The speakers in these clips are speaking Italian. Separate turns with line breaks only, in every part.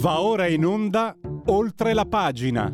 Va ora in onda Oltre la pagina.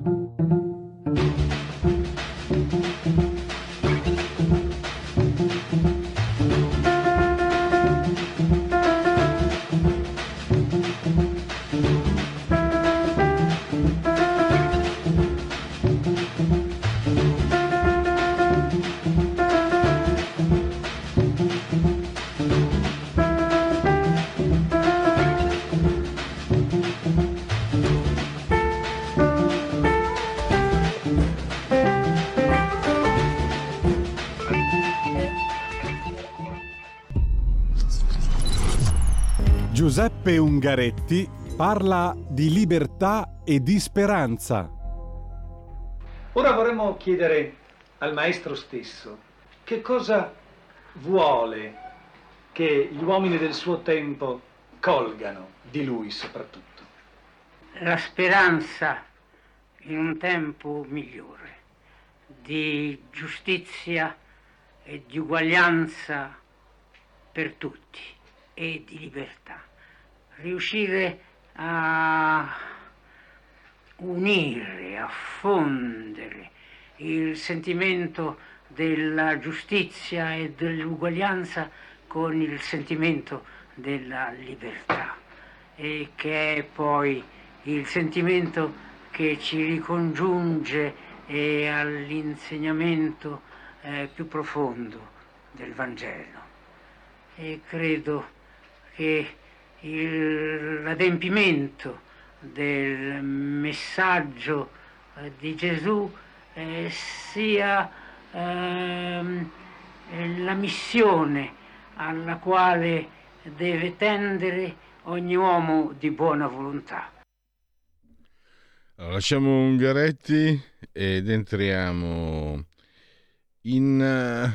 Giuseppe Ungaretti parla di libertà e di speranza.
Ora vorremmo chiedere al maestro stesso che cosa vuole che gli uomini del suo tempo colgano di lui soprattutto.
La speranza in un tempo migliore, di giustizia e di uguaglianza per tutti e di libertà. Riuscire a unire, a fondere il sentimento della giustizia e dell'uguaglianza con il sentimento della libertà, e che è poi il sentimento che ci ricongiunge all'insegnamento più profondo del Vangelo. E credo che l'adempimento del messaggio di Gesù sia la missione alla quale deve tendere ogni uomo di buona volontà.
Allora, lasciamo Ungaretti ed entriamo in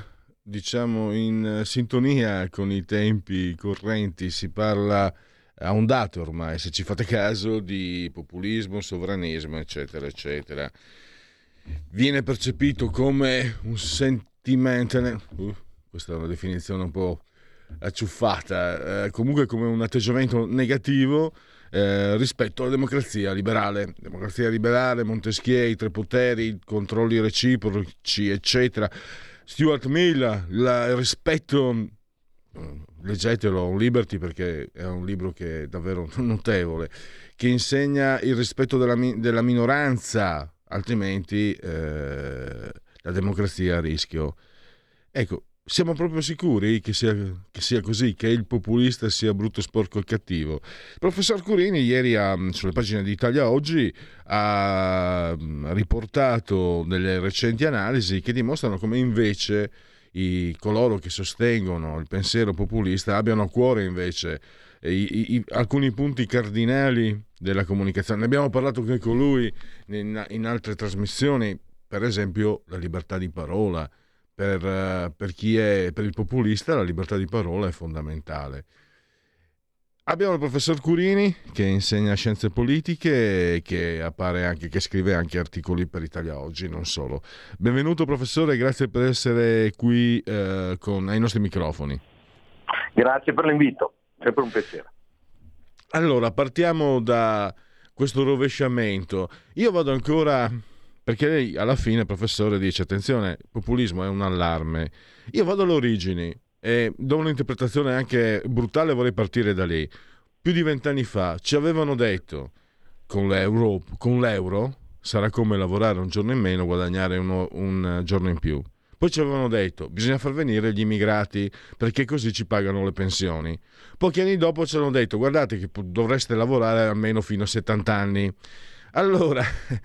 sintonia con i tempi correnti. Si parla a ondate ormai, se ci fate caso, di populismo, sovranismo, eccetera, eccetera. Viene percepito come un sentimento, questa è una definizione un po' acciuffata, comunque come un atteggiamento negativo rispetto alla democrazia liberale. Democrazia liberale, Montesquieu, i tre poteri, controlli reciproci, eccetera. Stuart Mill, il rispetto, leggetelo, Liberty, perché è un libro che è davvero notevole, che insegna il rispetto della minoranza, altrimenti la democrazia è a rischio. Ecco, siamo proprio sicuri che sia così, che il populista sia brutto, sporco e cattivo? Il professor Curini ieri sulle pagine di Italia Oggi ha riportato delle recenti analisi che dimostrano come invece coloro che sostengono il pensiero populista abbiano a cuore invece alcuni punti cardinali della comunicazione. Ne abbiamo parlato anche con lui in altre trasmissioni, per esempio la libertà di parola. Per il populista la libertà di parola è fondamentale. Abbiamo il professor Curini che insegna scienze politiche, che scrive anche articoli per Italia Oggi, non solo. Benvenuto professore, grazie per essere qui ai nostri microfoni.
Grazie per l'invito, sempre un piacere.
Allora, partiamo da questo rovesciamento. Io vado ancora, perché lei alla fine, professore, dice attenzione, il populismo è un allarme. Io vado alle origini e do un'interpretazione anche brutale, vorrei partire da lì. Più di 20 anni fa ci avevano detto con l'euro sarà come lavorare un giorno in meno, guadagnare un giorno in più. Poi ci avevano detto bisogna far venire gli immigrati perché così ci pagano le pensioni. Pochi anni dopo ci hanno detto guardate che dovreste lavorare almeno fino a 70 anni. Allora,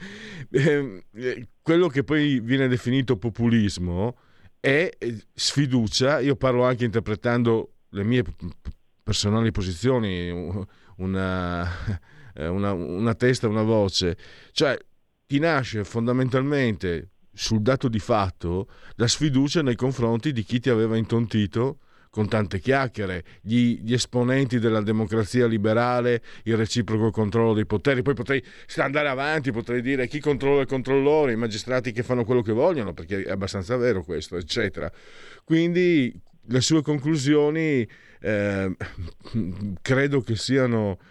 quello che poi viene definito populismo è sfiducia. Io parlo anche interpretando le mie personali posizioni, una testa, una voce. Cioè, ti nasce fondamentalmente sul dato di fatto la sfiducia nei confronti di chi ti aveva intontito con tante chiacchiere, gli esponenti della democrazia liberale, il reciproco controllo dei poteri. Poi potrei andare avanti, potrei dire chi controlla il controllore, i magistrati che fanno quello che vogliono, perché è abbastanza vero questo, eccetera. Quindi le sue conclusioni credo che siano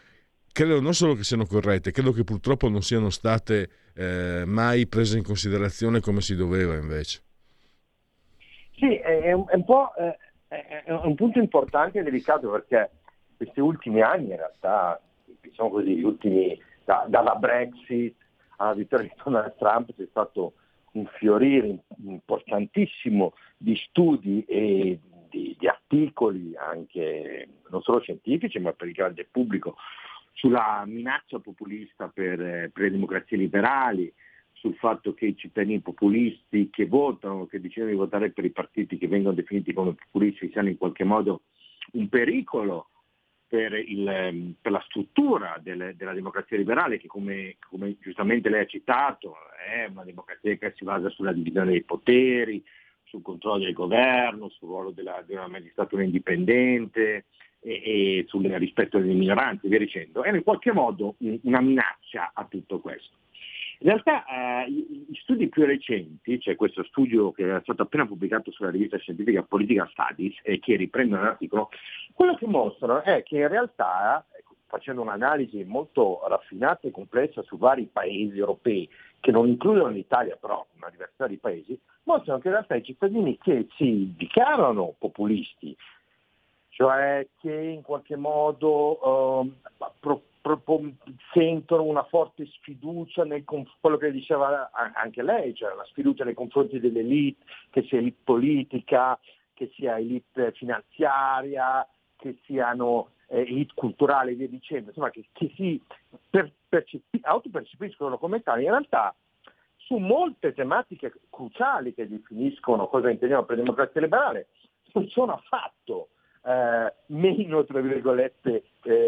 credo non solo che siano corrette, credo che purtroppo non siano state mai prese in considerazione come si doveva invece.
Sì, è un po' è un punto importante e delicato, perché questi ultimi anni in realtà, diciamo così, gli ultimi, dalla Brexit alla vittoria di Donald Trump, c'è stato un fiorire importantissimo di studi e di articoli, anche non solo scientifici ma per il grande pubblico, sulla minaccia populista per le democrazie liberali, sul fatto che i cittadini populisti che votano, che decidono di votare per i partiti che vengono definiti come populisti, siano in qualche modo un pericolo per la struttura della democrazia liberale, che come giustamente lei ha citato è una democrazia che si basa sulla divisione dei poteri, sul controllo del governo, sul ruolo della magistratura indipendente e sul rispetto delle minoranze e via dicendo. Era in qualche modo una minaccia a tutto questo. In realtà gli studi più recenti, c'è questo studio che è stato appena pubblicato sulla rivista scientifica Political Studies e che riprende un articolo, quello che mostrano è che in realtà, facendo un'analisi molto raffinata e complessa su vari paesi europei, che non includono l'Italia però una diversità di paesi, mostrano che in realtà i cittadini che si dichiarano populisti, cioè che in qualche modo sentono una forte sfiducia quello che diceva anche lei, cioè la sfiducia nei confronti dell'elite, che sia elite politica, che sia elite finanziaria, che siano elite culturali e via dicendo, insomma che si autopercepiscono come tali, in realtà su molte tematiche cruciali che definiscono cosa intendiamo per democrazia liberale non sono affatto meno, tra virgolette,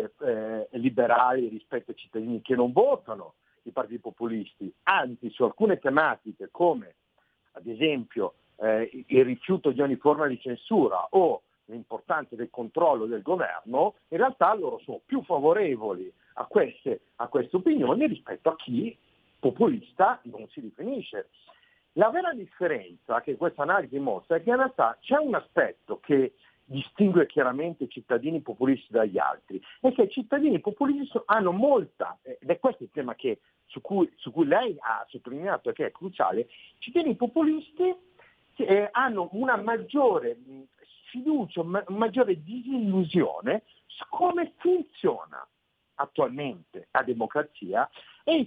liberali rispetto ai cittadini che non votano i partiti populisti, anzi su alcune tematiche come ad esempio il rifiuto di ogni forma di censura o l'importanza del controllo del governo, in realtà loro sono più favorevoli a queste opinioni rispetto a chi populista non si definisce. La vera differenza che questa analisi mostra è che in realtà c'è un aspetto che distingue chiaramente i cittadini populisti dagli altri, è che i cittadini populisti hanno molta, ed è questo il tema su cui lei ha sottolineato e che è cruciale, i cittadini populisti hanno una maggiore sfiducia, una maggiore disillusione su come funziona attualmente la democrazia e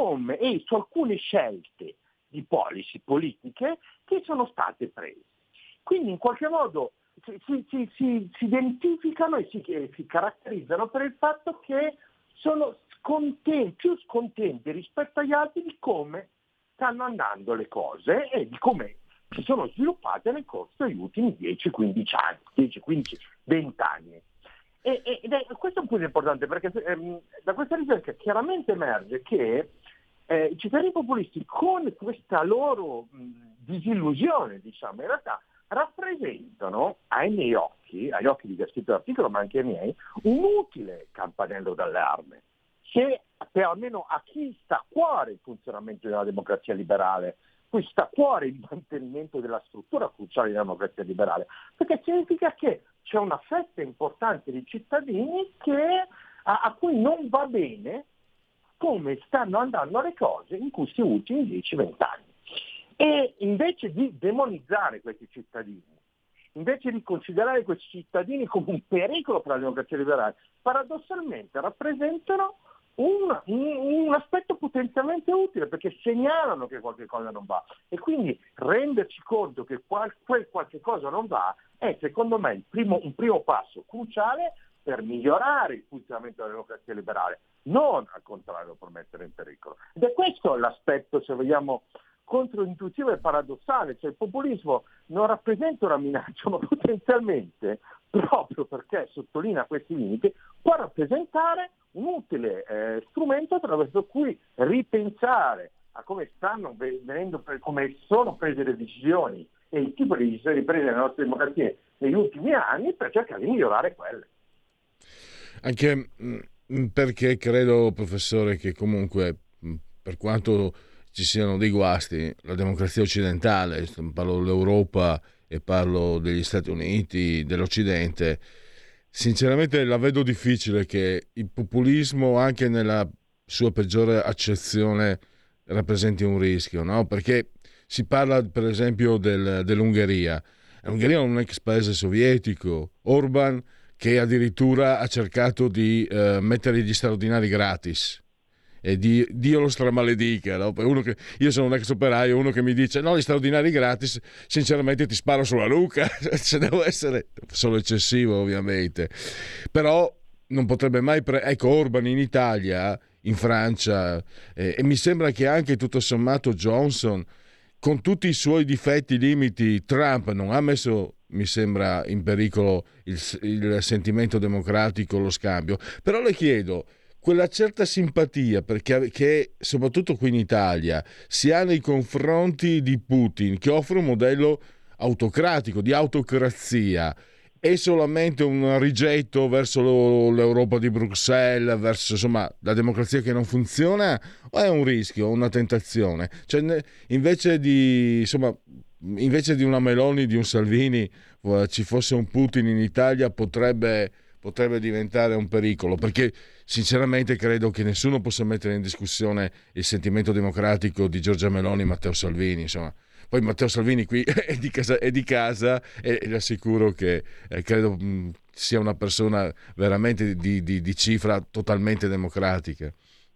su alcune scelte di policy politiche che sono state prese. Quindi in qualche modo si identificano e si caratterizzano per il fatto che sono più scontenti rispetto agli altri di come stanno andando le cose e di come si sono sviluppate nel corso degli ultimi 10, 15 anni, 10, 15, 20 anni. Questo è un punto importante perché da questa ricerca chiaramente emerge che i cittadini populisti, con questa loro disillusione, diciamo, in realtà rappresentano agli occhi di chi ha scritto l'articolo, ma anche ai miei, un utile campanello d'allarme, che per almeno a chi sta a cuore il funzionamento della democrazia liberale, cui sta a cuore il mantenimento della struttura cruciale della democrazia liberale, perché significa che c'è una fetta importante di cittadini a cui non va bene come stanno andando le cose in questi ultimi 10-20 anni. E invece di demonizzare questi cittadini, invece di considerare questi cittadini come un pericolo per la democrazia liberale, paradossalmente rappresentano un aspetto potenzialmente utile, perché segnalano che qualche cosa non va, e quindi renderci conto che quel qualche cosa non va è secondo me un primo passo cruciale per migliorare il funzionamento della democrazia liberale, non al contrario per mettere in pericolo. Ed è questo l'aspetto, se vogliamo, controintuitivo e paradossale, cioè il populismo non rappresenta una minaccia, ma potenzialmente, proprio perché sottolinea questi limiti, può rappresentare un utile strumento attraverso cui ripensare a come come sono prese le decisioni e il tipo di decisioni prese nelle nostre democrazie negli ultimi anni, per cercare di migliorare quelle.
Anche perché credo, professore, che comunque per quanto ci siano dei guasti, la democrazia occidentale, parlo dell'Europa e parlo degli Stati Uniti, dell'Occidente, sinceramente la vedo difficile che il populismo, anche nella sua peggiore accezione, rappresenti un rischio, no? Perché si parla per esempio dell'Ungheria. L'Ungheria è un ex paese sovietico, Orban che addirittura ha cercato di mettere gli straordinari gratis. E Dio lo stramaledica, no? Io sono un ex operaio, uno che mi dice no, gli straordinari gratis, sinceramente ti sparo sulla nuca, se devo essere solo eccessivo ovviamente, però non potrebbe mai ecco, Orban in Italia, in Francia, e mi sembra che anche tutto sommato Johnson, con tutti i suoi difetti, limiti, Trump non ha messo, mi sembra, in pericolo il sentimento democratico, lo scambio. Però le chiedo, quella certa simpatia che soprattutto qui in Italia si ha nei confronti di Putin, che offre un modello autocratico, di autocrazia, è solamente un rigetto verso l'Europa di Bruxelles, verso insomma la democrazia che non funziona, o è un rischio, una tentazione? Cioè, invece di una Meloni, di un Salvini, ci fosse un Putin in Italia, potrebbe diventare un pericolo, perché sinceramente credo che nessuno possa mettere in discussione il sentimento democratico di Giorgia Meloni e Matteo Salvini, insomma. Poi Matteo Salvini qui è di casa e le assicuro che credo sia una persona veramente di cifra totalmente democratica.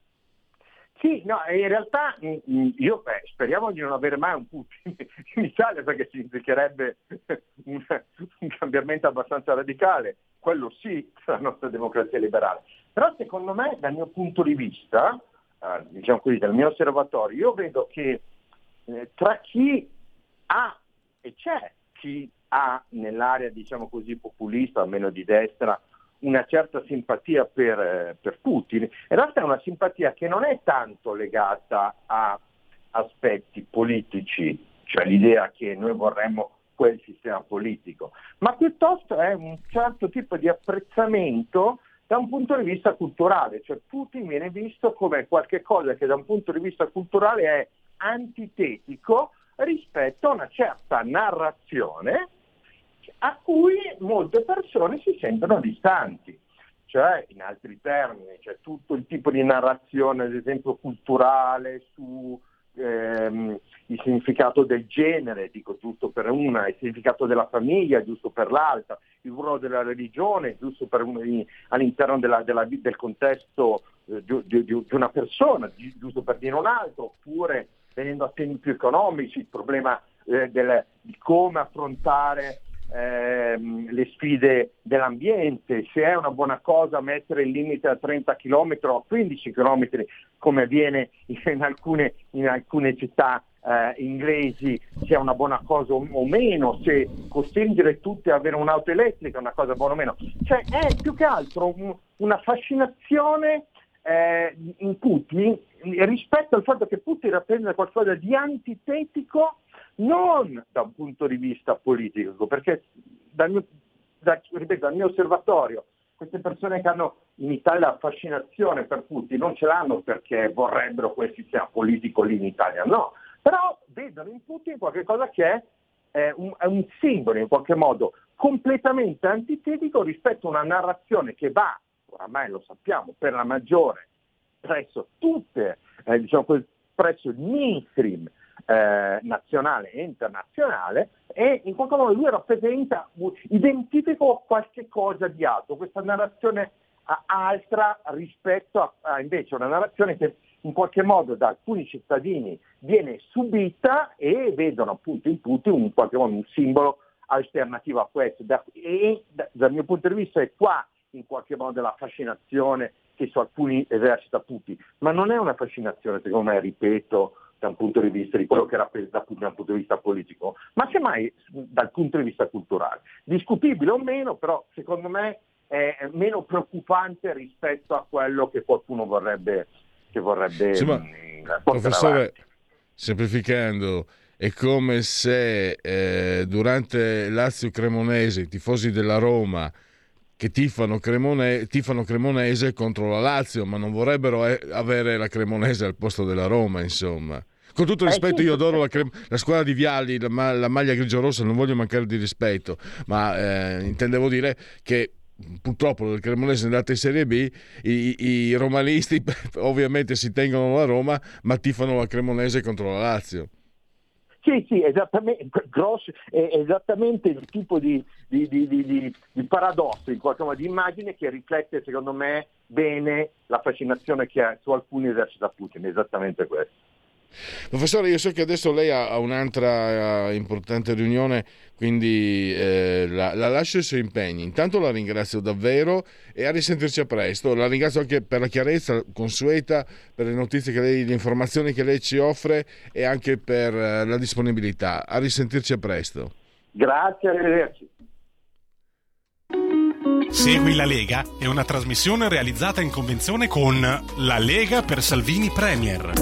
Sì, no, in realtà io speriamo di non avere mai un Putin in Italia, perché significherebbe un cambiamento abbastanza radicale, quello sì, per la nostra democrazia liberale. Però secondo me, dal mio punto di vista, diciamo così, dal mio osservatorio, io vedo che tra chi ha, e c'è chi ha nell'area, diciamo così, populista, almeno di destra, una certa simpatia per Putin, in realtà è una simpatia che non è tanto legata a aspetti politici, cioè l'idea che noi vorremmo quel sistema politico, ma piuttosto è un certo tipo di apprezzamento da un punto di vista culturale, cioè Putin viene visto come qualche cosa che da un punto di vista culturale è antitetico rispetto a una certa narrazione a cui molte persone si sentono distanti. Cioè, in altri termini, c'è tutto il tipo di narrazione, ad esempio culturale, su il significato del genere, dico giusto per una, il significato della famiglia, giusto per l'altra, il ruolo della religione, giusto per all'interno del contesto di una persona, giusto per dire un altro, oppure venendo a temi più economici, il problema di come affrontare le sfide dell'ambiente, se è una buona cosa mettere il limite a 30 km o a 15 km come avviene in alcune città inglesi, se è una buona cosa o meno, se costringere tutti ad avere un'auto elettrica è una cosa buona o meno. Cioè è più che altro una fascinazione in Putin rispetto al fatto che Putin rappresenta qualcosa di antitetico, non da un punto di vista politico, perché dal mio osservatorio queste persone che hanno in Italia la fascinazione per Putin non ce l'hanno perché vorrebbero quel sistema politico lì in Italia, no, però vedono in Putin qualcosa che è un simbolo in qualche modo completamente antitetico rispetto a una narrazione che va, oramai lo sappiamo, per la maggiore presso tutte, presso il mainstream nazionale e internazionale, e in qualche modo lui identifica qualche cosa di altro, questa narrazione altra rispetto a invece una narrazione che in qualche modo da alcuni cittadini viene subita e vedono appunto in Putin in qualche modo un simbolo alternativo a questo, dal mio punto di vista è qua in qualche modo la fascinazione che su alcuni esercita Putin, ma non è una fascinazione, secondo me, ripeto, da un punto di vista di quello che rappresenta Putin dal punto di vista politico, ma semmai dal punto di vista culturale. Discutibile o meno, però secondo me è meno preoccupante rispetto a quello che qualcuno vorrebbe
professore,
avanti.
Semplificando, è come se durante Lazio-Cremonese i tifosi della Roma che tifano Cremonese contro la Lazio, ma non vorrebbero avere la Cremonese al posto della Roma, insomma. Con tutto il rispetto, io adoro la squadra di Vialli, la maglia grigio-rossa, non voglio mancare di rispetto, ma intendevo dire che purtroppo il Cremonese è andato in Serie B, i romanisti ovviamente si tengono la Roma ma tifano la Cremonese contro la Lazio.
Sì, esattamente, è esattamente il tipo di paradosso, in qualche modo di immagine, che riflette secondo me bene la fascinazione che ha su alcuni esercita Putin, esattamente questo.
Professore, io so che adesso lei ha un'altra importante riunione, quindi la lascio ai suoi impegni. Intanto la ringrazio davvero e a risentirci a presto. La ringrazio anche per la chiarezza consueta, per le notizie le informazioni che lei ci offre e anche per la disponibilità. A risentirci a presto.
Grazie, arrivederci.
Segui la Lega è una trasmissione realizzata in convenzione con La Lega per Salvini Premier.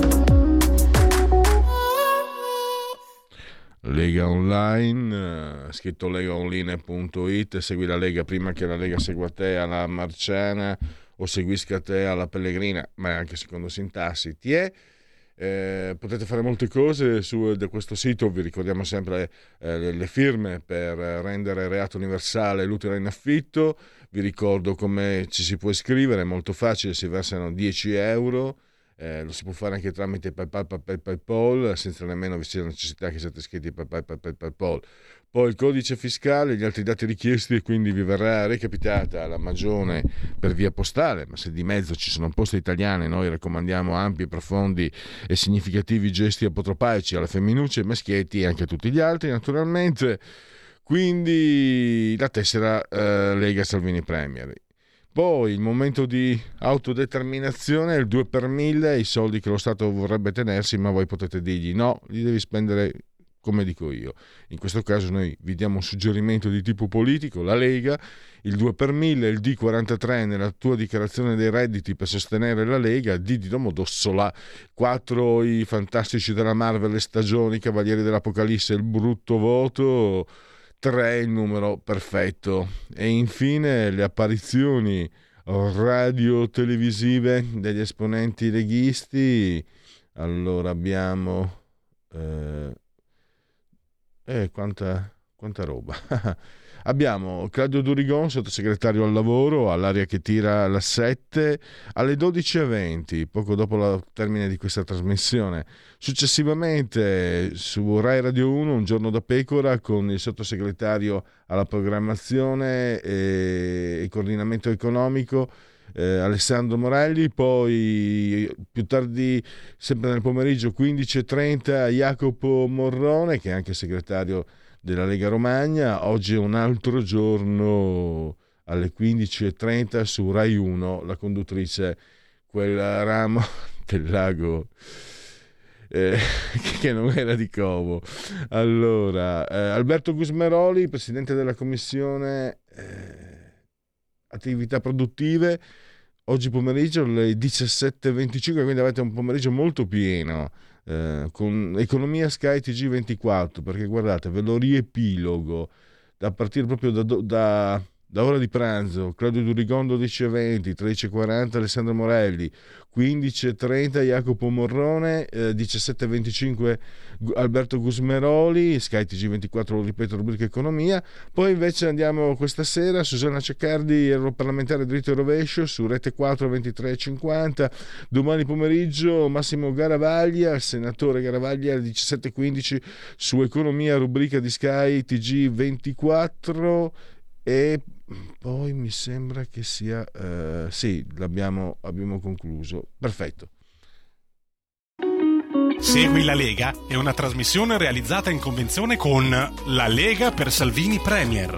Lega Online, scritto legaonline.it, segui la Lega prima che la Lega segua te alla Marciana o seguisca te alla Pellegrina, ma anche secondo sintassi. Potete fare molte cose su questo sito, vi ricordiamo sempre le firme per rendere reato universale l'utero in affitto, vi ricordo come ci si può iscrivere, è molto facile, si versano 10 euro. Lo si può fare anche tramite PayPal, senza nemmeno vi sia la necessità che siate iscritti a PayPal. Poi il codice fiscale, gli altri dati richiesti, e quindi vi verrà recapitata la magione per via postale, ma se di mezzo ci sono poste italiane, noi raccomandiamo ampi, profondi e significativi gesti apotropaici alle femminucce, maschietti e anche a tutti gli altri naturalmente. Quindi la tessera Lega Salvini Premier. Poi il momento di autodeterminazione, il 2 per 1000, i soldi che lo Stato vorrebbe tenersi, ma voi potete dirgli no, li devi spendere come dico io. In questo caso noi vi diamo un suggerimento di tipo politico, la Lega, il 2 per 1000, il D43 nella tua dichiarazione dei redditi per sostenere la Lega, D di Domodossola, 4 i fantastici della Marvel, le stagioni, i Cavalieri dell'Apocalisse, il brutto voto, 3 il numero perfetto. E infine le apparizioni radio-televisive degli esponenti leghisti. Allora abbiamo quanta roba. Abbiamo Claudio Durigon, sottosegretario al lavoro, all'aria che tira alla 7, alle 12:20, poco dopo il termine di questa trasmissione. Successivamente su Rai Radio 1, Un giorno da pecora, con il sottosegretario alla programmazione e coordinamento economico Alessandro Morelli. Poi più tardi, sempre nel pomeriggio, 15:30, Jacopo Morrone, che è anche segretario della Lega Romagna. Oggi è un altro giorno, alle 15:30 su Rai 1, la conduttrice, quel ramo del lago che non era di Como. Allora Alberto Gusmeroli, presidente della commissione attività produttive, oggi pomeriggio alle 17:25, quindi avete un pomeriggio molto pieno, con Economia Sky TG24, perché guardate, ve lo riepilogo da partire proprio da ora di pranzo. Claudio Durigon 12:20, 13:40 Alessandro Morelli, 15:30 Jacopo Morrone, 17:25 Alberto Gusmeroli, Sky TG24, lo ripeto, rubrica Economia. Poi invece andiamo questa sera, Susanna Ceccardi, europarlamentare dritto e rovescio, su Rete 4 23:50. Domani pomeriggio Massimo Garavaglia, il senatore Garavaglia, alle 17:15 su Economia, rubrica di Sky TG24. E poi mi sembra che sia sì, abbiamo concluso. Perfetto.
Segui la Lega è una trasmissione realizzata in convenzione con La Lega per Salvini Premier.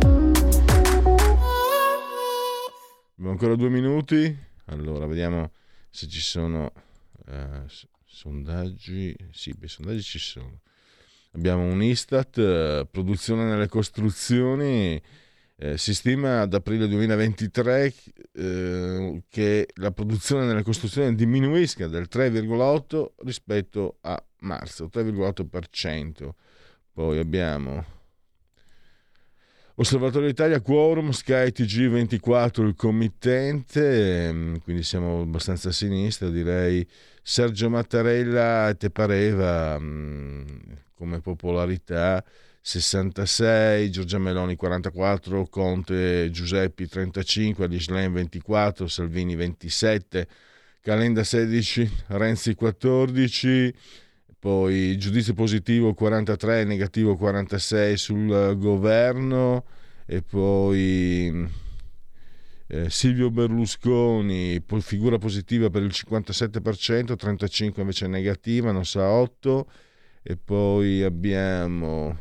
Abbiamo ancora 2 minuti. Allora vediamo se ci sono sondaggi. Sì, i sondaggi ci sono. Abbiamo un Istat, produzione nelle costruzioni. Si stima ad aprile 2023 che la produzione nella costruzione diminuisca del 3,8 rispetto a marzo, 3,8%. Poi abbiamo Osservatorio Italia, Quorum, Sky TG24 il committente, quindi siamo abbastanza a sinistra, direi. Sergio Mattarella, te pareva come popolarità? 66, Giorgia Meloni 44, Conte Giuseppi 35, Schlein 24, Salvini 27, Calenda 16, Renzi 14, poi giudizio positivo 43, negativo 46 sul governo, e poi Silvio Berlusconi, poi figura positiva per il 57%, 35 invece negativa, non sa 8, e poi abbiamo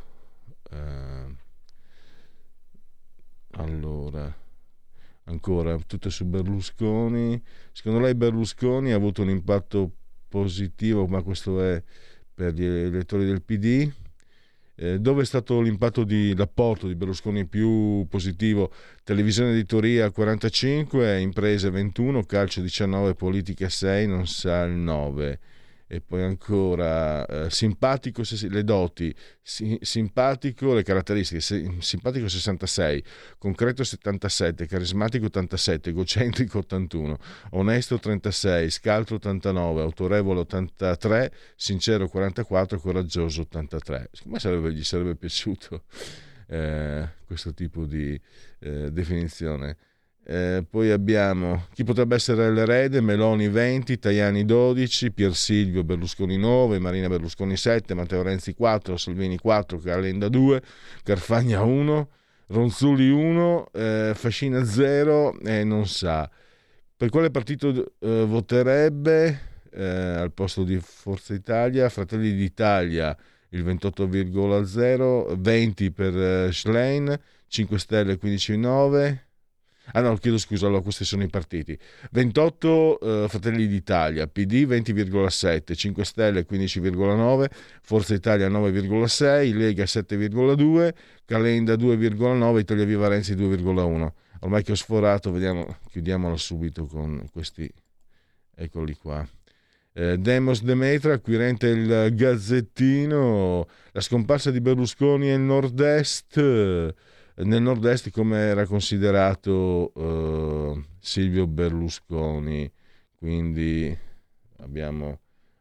allora ancora tutto su Berlusconi. Secondo lei Berlusconi ha avuto un impatto positivo, ma questo è per gli elettori del PD? Dove è stato l'apporto di Berlusconi più positivo? Televisione editoria 45, imprese 21, calcio 19, politica 6, non sa il 9. E poi ancora simpatico, le doti, simpatico, le caratteristiche, simpatico 66, concreto 77, carismatico 87, egocentrico 81, onesto 36, scaltro 89, autorevole 83, sincero 44, coraggioso 83. Secondo me gli sarebbe piaciuto questo tipo di definizione. Poi abbiamo chi potrebbe essere l'erede: Meloni 20, Tajani 12, Pier Silvio Berlusconi 9, Marina Berlusconi 7, Matteo Renzi 4, Salvini 4, Calenda 2, Carfagna 1, Ronzulli 1, Fascina 0 e non sa. Per quale partito voterebbe al posto di Forza Italia? Fratelli d'Italia il 28,0, 20 per Schlein, 5 Stelle 15,9. Ah no, chiedo scusa, allora questi sono i partiti. 28 Fratelli d'Italia, PD 20,7, 5 Stelle 15,9, Forza Italia 9,6, Lega 7,2, Calenda 2,9, Italia Viva Renzi 2,1. Ormai che ho sforato, vediamo, chiudiamolo subito con questi, eccoli qua. Demos Demetra, acquirente il Gazzettino, la scomparsa di Berlusconi nel nord-est. Nel nord-est come era considerato Silvio Berlusconi, quindi abbiamo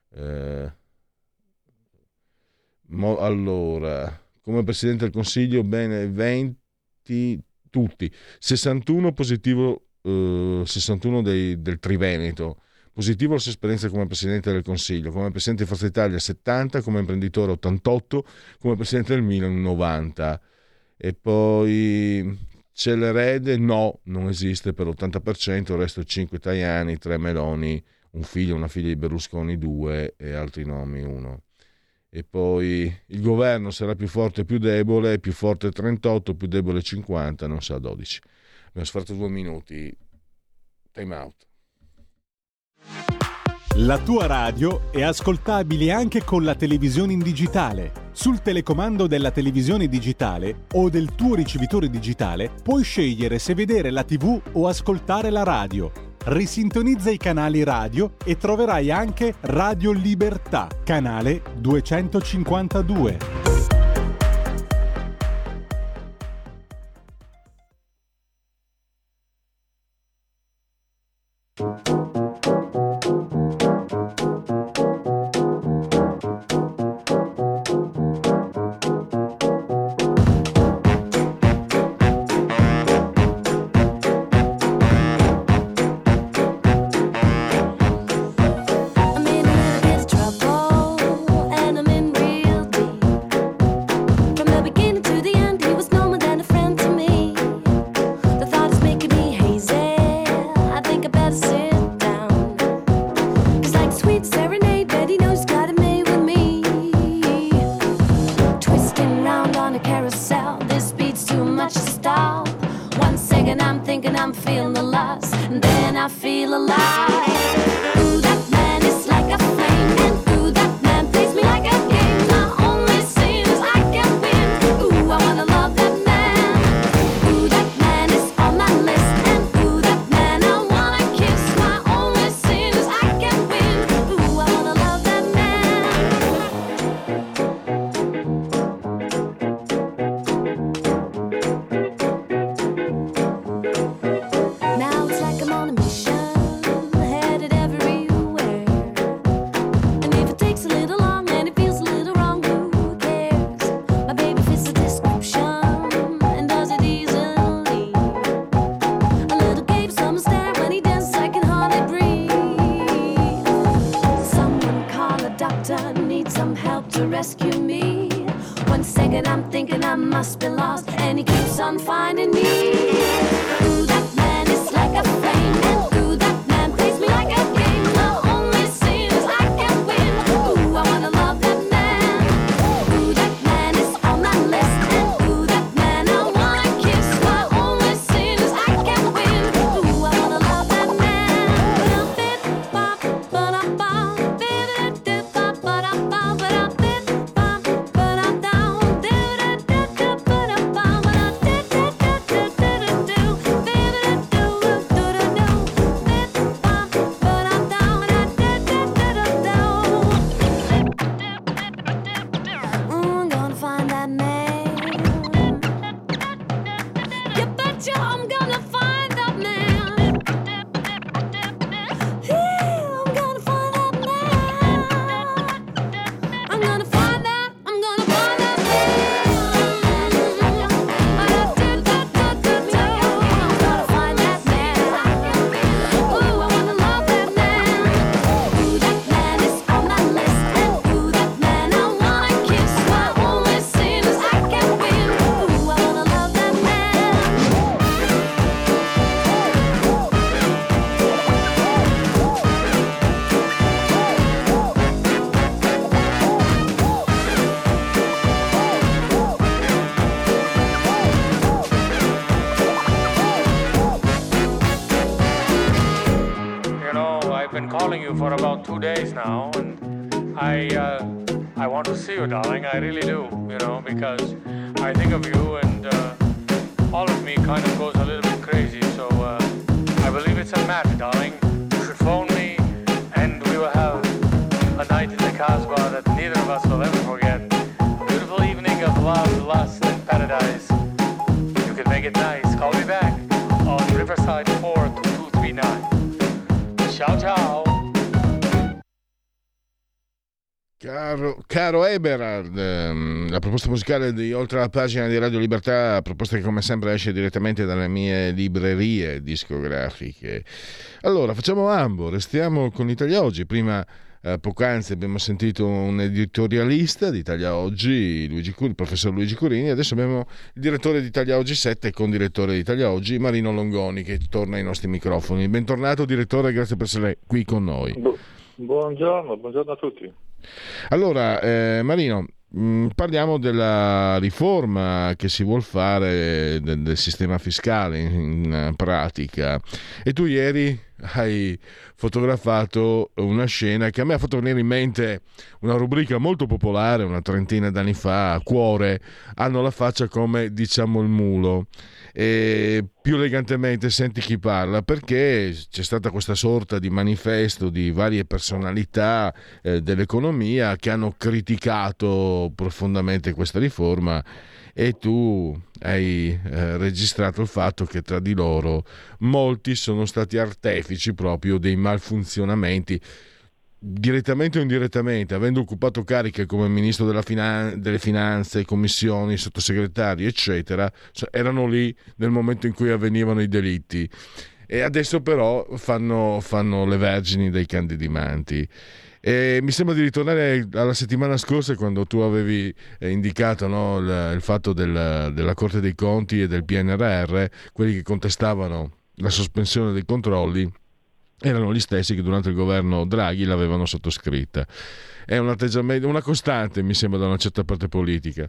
allora come Presidente del Consiglio bene 20 tutti, 61 positivo, 61 del Triveneto, positivo la sua esperienza come Presidente del Consiglio, come Presidente di Forza Italia 70, come imprenditore 88, come Presidente del Milan 90. E poi c'è l'erede? No, non esiste per l'80%, il resto 5 Tajani, 3 Meloni, un figlio, una figlia di Berlusconi 2 e altri nomi 1. E poi il governo sarà più forte e più debole, più forte 38, più debole 50, non sa 12. Abbiamo sfratto 2 minuti, time out.
La tua radio è ascoltabile anche con la televisione in digitale. Sul telecomando della televisione digitale o del tuo ricevitore digitale puoi scegliere se vedere la TV o ascoltare la radio. Risintonizza i canali radio e troverai anche Radio Libertà, canale 252.
Now it's like I'm on a mission. must be lost, and he keeps on finding me. Ooh, that man is like a flame, and ooh, that man plays me like a game. The only sin is I can't win. Ooh, I wanna love that man. Ooh, that man is on my list, and ooh, that man I wanna kiss. The only sin is I can't win. Ooh, I wanna love that man. I'm gonna find that man. You betcha I'm gonna find that man. I'm gonna find that man. I'm gonna find that. I'm gonna find that man. I'm gonna find that man. Ooh, I wanna love that man. Ooh, that man is on my list, and ooh, that man I wanna kiss. My only sin is I can't win. Ooh, I wanna love that man.
You know, I've been calling you for about 2 days now, and I want to see you, darling. I really do, you know, because I think of you, and all of me kind of goes a little bit crazy. So I believe it's a match, darling. You should phone me, and we will have a night in the Casbah that neither of us will ever forget. A beautiful evening of love, lust, and paradise. You can make it nice. Call me back on Riverside 42239. Ciao ciao.
Caro Eberhard, la proposta musicale di Oltre la pagina di Radio Libertà, proposta che come sempre esce direttamente dalle mie librerie discografiche. Allora, facciamo ambo, restiamo con Italia Oggi. Prima, poc'anzi, abbiamo sentito un editorialista di Italia Oggi, il professor Luigi Curini. Adesso abbiamo il direttore di Italia Oggi 7 e condirettore di Italia Oggi, Marino Longoni, che torna ai nostri microfoni. Bentornato direttore, grazie per essere qui con noi.
Buongiorno a tutti.
Allora, Marino, parliamo della riforma che si vuol fare del sistema fiscale in pratica. E tu ieri hai fotografato una scena che a me ha fatto venire in mente una rubrica molto popolare una trentina d'anni fa, Cuore, hanno la faccia come, diciamo, il mulo. E più elegantemente Senti chi parla, perché c'è stata questa sorta di manifesto di varie personalità dell'economia che hanno criticato profondamente questa riforma, e tu hai registrato il fatto che tra di loro molti sono stati artefici proprio dei malfunzionamenti, direttamente o indirettamente, avendo occupato cariche come ministro delle finanze, commissioni, sottosegretari, eccetera, erano lì nel momento in cui avvenivano i delitti, e adesso però fanno le vergini dei candidimanti. E mi sembra di ritornare alla settimana scorsa, quando tu avevi indicato, no, il fatto della Corte dei Conti e del PNRR. Quelli che contestavano la sospensione dei controlli erano gli stessi che durante il governo Draghi l'avevano sottoscritta. È un atteggiamento, una costante, mi sembra, da una certa parte politica.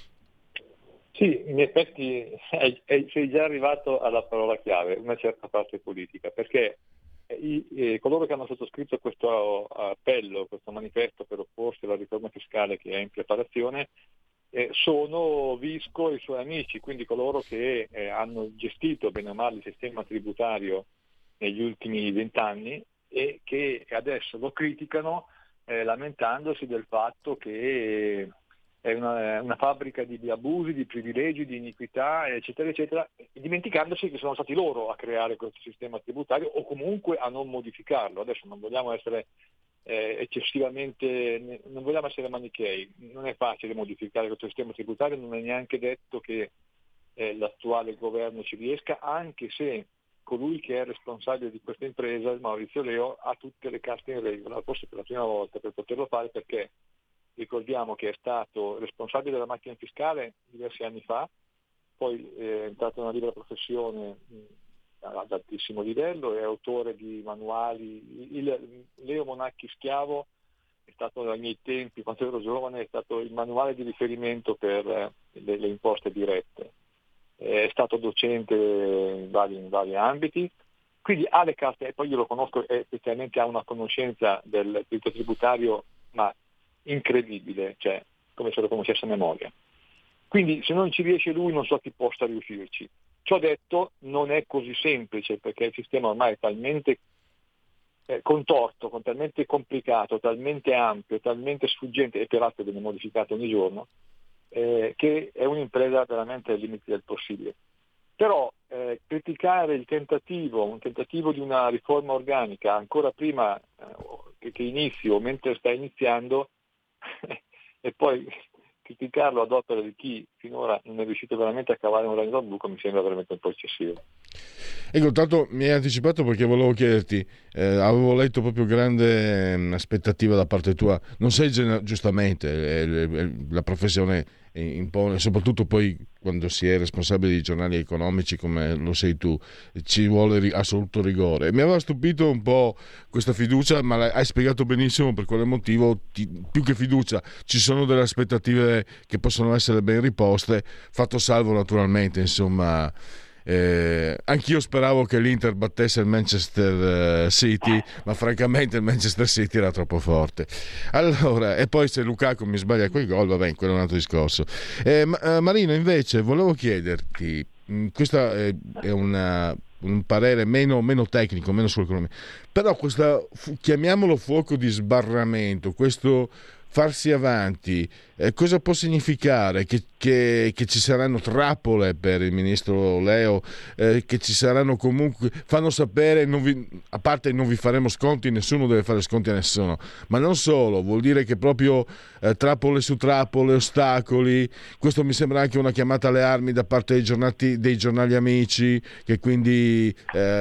Sì, in effetti sei già arrivato alla parola chiave, una certa parte politica, perché coloro che hanno sottoscritto questo appello, questo manifesto per opporsi alla riforma fiscale che è in preparazione, sono Visco e i suoi amici, quindi coloro che hanno gestito bene o male il sistema tributario negli ultimi 20 anni e che adesso lo criticano lamentandosi del fatto che è una fabbrica di abusi, di privilegi, di iniquità, eccetera, eccetera, dimenticandosi che sono stati loro a creare questo sistema tributario o comunque a non modificarlo. Adesso non vogliamo essere non vogliamo essere manichei, non è facile modificare questo sistema tributario, non è neanche detto che l'attuale governo ci riesca, anche se colui che è responsabile di questa impresa, Maurizio Leo, ha tutte le carte in regola, forse per la prima volta, per poterlo fare, perché ricordiamo che è stato responsabile della macchina fiscale diversi anni fa, poi è entrato nella libera professione ad altissimo livello, è autore di manuali. Il Leo Monacchi Schiavo è stato ai miei tempi, quando ero giovane, è stato il manuale di riferimento per le imposte dirette. È stato docente in vari ambiti, quindi ha le carte, e poi io lo conosco, effettivamente ha una conoscenza del diritto tributario ma incredibile, cioè come se lo conoscesse a memoria. Quindi se non ci riesce lui non so chi possa riuscirci. Ciò detto, non è così semplice, perché il sistema ormai è talmente contorto, talmente complicato, talmente ampio, talmente sfuggente, e peraltro viene modificato ogni giorno, che è un'impresa veramente ai limiti del possibile. Però criticare un tentativo di una riforma organica ancora prima che inizi o mentre sta iniziando e poi criticarlo ad opera di chi finora non è riuscito veramente a cavare un ragno dal buco mi sembra veramente un po' eccessivo.
Ecco, tanto mi hai anticipato perché volevo chiederti, avevo letto proprio grande aspettativa da parte tua, non sei giustamente, la professione impone, soprattutto poi quando si è responsabili di giornali economici come lo sei tu, ci vuole assoluto rigore. Mi aveva stupito un po' questa fiducia, ma hai spiegato benissimo per quale motivo, più che fiducia, ci sono delle aspettative che possono essere ben riposte, fatto salvo naturalmente, insomma. Anch'io speravo che l'Inter battesse il Manchester City, ma francamente il Manchester City era troppo forte. Allora, e poi se Lukaku mi sbaglia quel gol, vabbè, quello è un altro discorso. Marino, invece, volevo chiederti, questo è un parere meno tecnico, meno sull'economia, però chiamiamolo fuoco di sbarramento, questo farsi avanti, cosa può significare? Che ci saranno trappole per il ministro Leo, che ci saranno comunque, fanno sapere, a parte non vi faremo sconti, nessuno deve fare sconti a nessuno, ma non solo, vuol dire che proprio trappole su trappole, ostacoli, questo mi sembra anche una chiamata alle armi da parte dei giornali amici, che quindi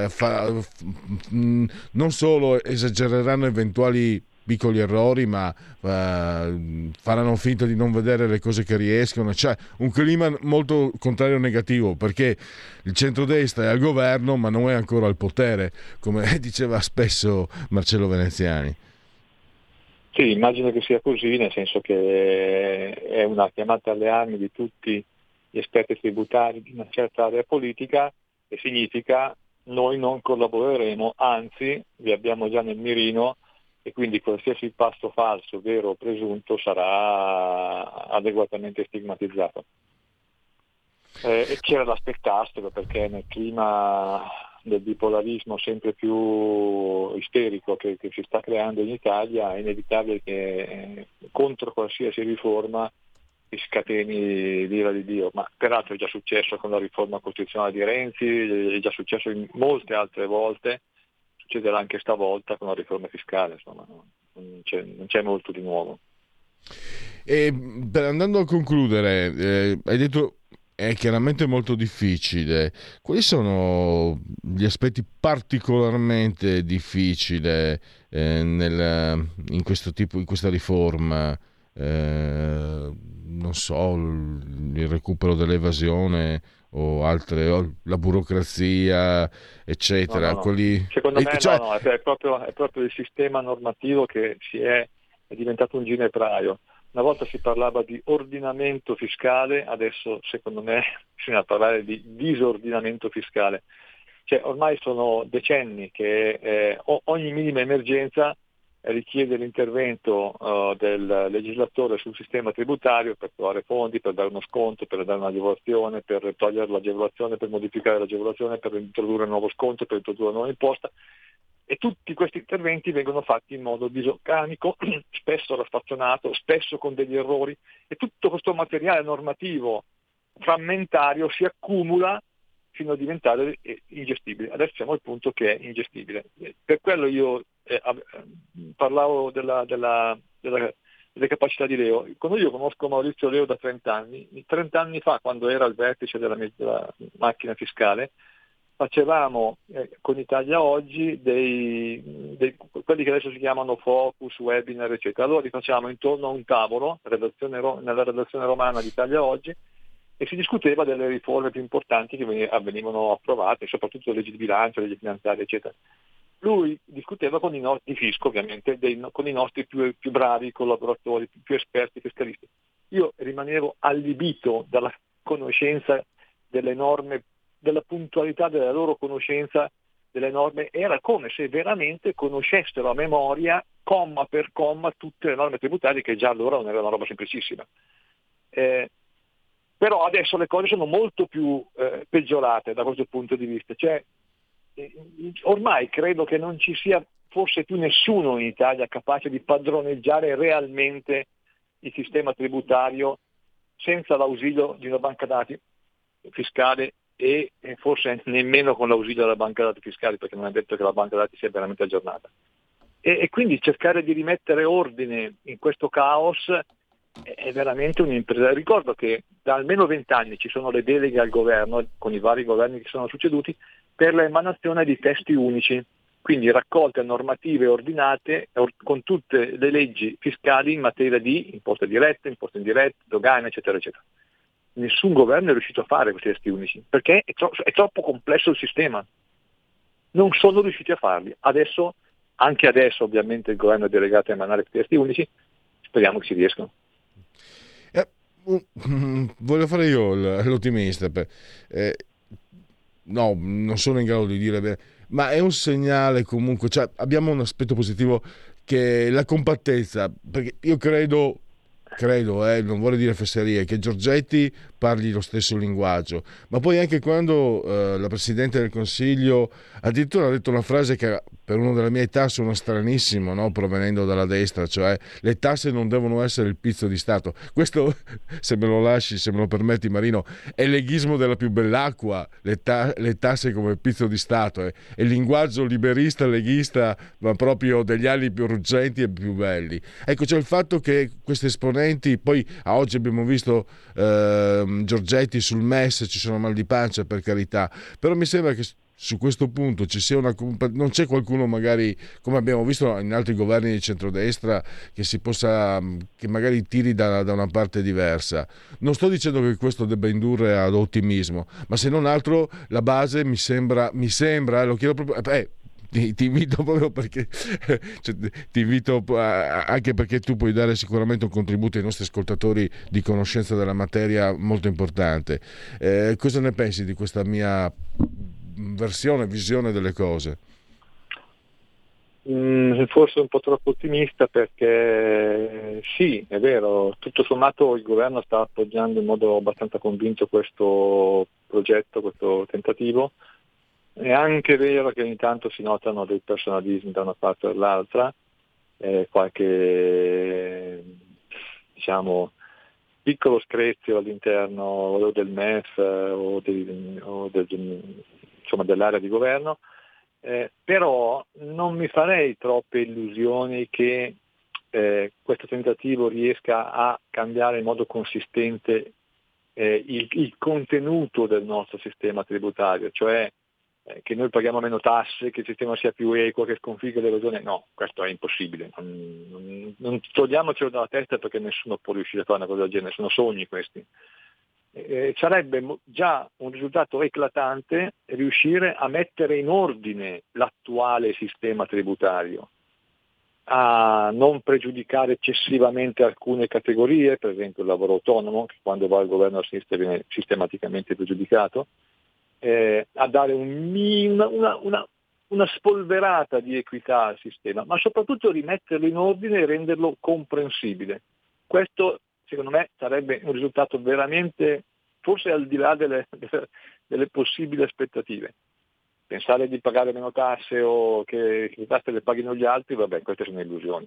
non solo esagereranno eventuali piccoli errori, ma faranno finta di non vedere le cose che riescono, cioè un clima molto contrario negativo, perché il centrodestra è al governo ma non è ancora al potere, come diceva spesso Marcello Veneziani.
Sì, immagino che sia così, nel senso che è una chiamata alle armi di tutti gli esperti tributari di una certa area politica, e significa noi non collaboreremo, anzi vi abbiamo già nel mirino, e quindi qualsiasi passo falso, vero o presunto, sarà adeguatamente stigmatizzato. E c'era da aspettarselo, perché nel clima del bipolarismo sempre più isterico che si sta creando in Italia è inevitabile che contro qualsiasi riforma si scateni l'ira di Dio, ma peraltro è già successo con la riforma costituzionale di Renzi, è già successo in molte altre volte, succederà anche stavolta con la riforma fiscale, insomma, non c'è molto di nuovo.
E andando a concludere, hai detto è chiaramente molto difficile. Quali sono gli aspetti particolarmente difficili in questa riforma? Non so, il recupero dell'evasione o altre, o la burocrazia, eccetera.
No. Secondo me no, è proprio il sistema normativo che è diventato un ginepraio. Una volta si parlava di ordinamento fiscale, adesso secondo me bisogna parlare di disordinamento fiscale. Cioè ormai sono decenni che ogni minima emergenza richiede l'intervento del legislatore sul sistema tributario per trovare fondi, per dare uno sconto, per dare un'agevolazione, per togliere l'agevolazione, per modificare l'agevolazione, per introdurre un nuovo sconto, per introdurre una nuova imposta. E tutti questi interventi vengono fatti in modo disorganico, spesso raffazzonato, spesso con degli errori, e tutto questo materiale normativo frammentario si accumula fino a diventare ingestibile. Adesso siamo al punto che è ingestibile. Per quello io parlavo delle capacità di Leo. Quando io conosco Maurizio Leo da 30 anni fa, quando era al vertice della macchina fiscale, facevamo con Italia Oggi quelli che adesso si chiamano focus, webinar, eccetera. Allora li facciamo intorno a un tavolo, nella redazione romana di Italia Oggi, e si discuteva delle riforme più importanti che venivano approvate, soprattutto leggi di bilancio, leggi finanziarie, eccetera. Lui discuteva con i nostri, di fisco ovviamente, con i nostri più bravi collaboratori, più esperti fiscalisti. Io rimanevo allibito dalla conoscenza delle norme, della puntualità della loro conoscenza delle norme. Era come se veramente conoscessero a memoria, comma per comma, tutte le norme tributarie, che già allora non era una roba semplicissima. Però adesso le cose sono molto più peggiorate da questo punto di vista. Cioè, ormai credo che non ci sia forse più nessuno in Italia capace di padroneggiare realmente il sistema tributario senza l'ausilio di una banca dati fiscale e forse nemmeno con l'ausilio della banca dati fiscale, perché non è detto che la banca dati sia veramente aggiornata. E quindi cercare di rimettere ordine in questo caos è veramente un'impresa. Ricordo che da almeno 20 anni ci sono le deleghe al governo, con i vari governi che sono succeduti, per l'emanazione di testi unici, quindi raccolte normative ordinate con tutte le leggi fiscali in materia di imposte dirette, imposte indirette, dogane, eccetera, eccetera. Nessun governo è riuscito a fare questi testi unici, perché è troppo complesso il sistema. Non sono riusciti a farli. Anche adesso ovviamente il governo è delegato a emanare questi testi unici, speriamo che ci riescano.
Voglio fare io l'ottimista. No, non sono in grado di dire bene, ma è un segnale comunque, cioè, abbiamo un aspetto positivo che è la compattezza, perché io credo, non vuole dire fesserie, che Giorgetti parli lo stesso linguaggio, ma poi anche quando la Presidente del Consiglio addirittura ha detto una frase che per uno della mia età suona stranissimo, no? Provenendo dalla destra, cioè le tasse non devono essere il pizzo di Stato. Questo, se me lo lasci, se me lo permetti Marino, è leghismo della più bell'acqua, le tasse come pizzo di Stato, è il linguaggio liberista, leghista, ma proprio degli anni più ruggenti e più belli. Ecco, c'è il fatto che questi esponenti, poi a oggi abbiamo visto Giorgetti sul MES, ci sono mal di pancia, per carità, però mi sembra che su questo punto ci sia non c'è qualcuno, magari come abbiamo visto in altri governi di centrodestra, che magari tiri da una parte diversa. Non sto dicendo che questo debba indurre ad ottimismo, ma se non altro la base mi sembra, lo chiedo proprio, ti invito proprio perché cioè, ti invito anche perché tu puoi dare sicuramente un contributo ai nostri ascoltatori di conoscenza della materia molto importante. Cosa ne pensi di questa mia visione delle cose?
Forse un po' troppo ottimista, perché sì, è vero, tutto sommato il governo sta appoggiando in modo abbastanza convinto questo progetto, questo tentativo. È anche vero che ogni tanto si notano dei personalismi da una parte o dall'altra, qualche diciamo piccolo screzio all'interno o del MEF insomma dell'area di governo, però non mi farei troppe illusioni che questo tentativo riesca a cambiare in modo consistente il contenuto del nostro sistema tributario, cioè che noi paghiamo meno tasse, che il sistema sia più equo, che sconfigga l'evasione. No, questo è impossibile. Non togliamocelo dalla testa, perché nessuno può riuscire a fare una cosa del genere, sono sogni questi. Sarebbe già un risultato eclatante riuscire a mettere in ordine l'attuale sistema tributario, a non pregiudicare eccessivamente alcune categorie, per esempio il lavoro autonomo, che quando va al governo a sinistra viene sistematicamente pregiudicato, a dare una spolverata di equità al sistema, ma soprattutto rimetterlo in ordine e renderlo comprensibile. Questo secondo me sarebbe un risultato veramente, forse al di là delle possibili aspettative. Pensare di pagare meno tasse o che le tasse le paghino gli altri, vabbè, queste sono illusioni.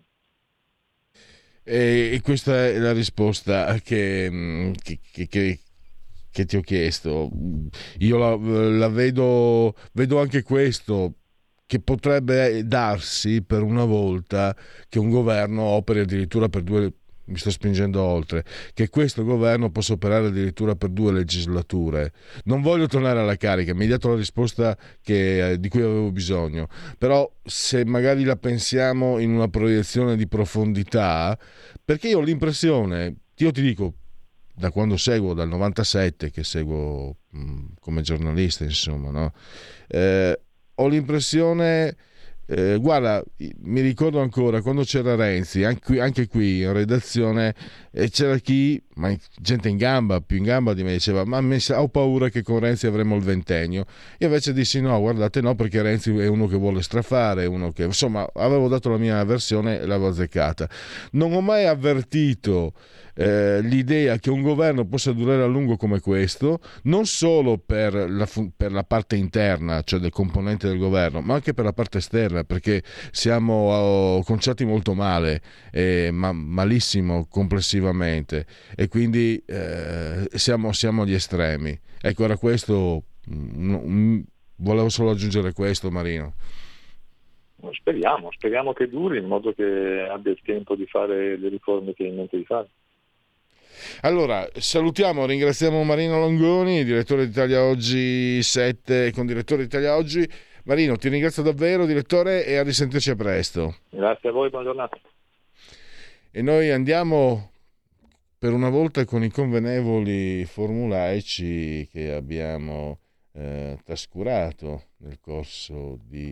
E questa è la risposta che ti ho chiesto. Io la vedo anche questo, che potrebbe darsi per una volta che un governo operi addirittura per mi sto spingendo oltre, che questo governo possa operare addirittura per 2 legislature. Non voglio tornare alla carica, mi hai dato la risposta di cui avevo bisogno, però se magari la pensiamo in una proiezione di profondità, perché io ho l'impressione, io ti dico, da quando seguo, dal 97 che seguo come giornalista, insomma, no? Ho l'impressione, guarda, mi ricordo ancora quando c'era Renzi, anche qui in redazione, c'era chi, ma gente in gamba, più in gamba di me, diceva: ma ho paura che con Renzi avremo il ventennio. Io invece dissi: no, guardate, no, perché Renzi è uno che vuole strafare, uno che, insomma, avevo dato la mia versione e l'avevo azzeccata. Non ho mai avvertito l'idea che un governo possa durare a lungo come questo, non solo per la parte interna, cioè del componente del governo, ma anche per la parte esterna, perché siamo conciati molto male, malissimo complessivamente, e quindi siamo agli estremi. Ecco, era questo, volevo solo aggiungere questo, Marino.
Speriamo che duri, in modo che abbia il tempo di fare le riforme che ha in mente di fare.
Allora, salutiamo, ringraziamo Marino Longoni, direttore di Italia Oggi 7, con direttore di Italia Oggi. Marino, ti ringrazio davvero, direttore, e a risentirci a presto.
Grazie a voi, buona giornata.
E noi andiamo per una volta con i convenevoli formulaici che abbiamo trascurato nel corso di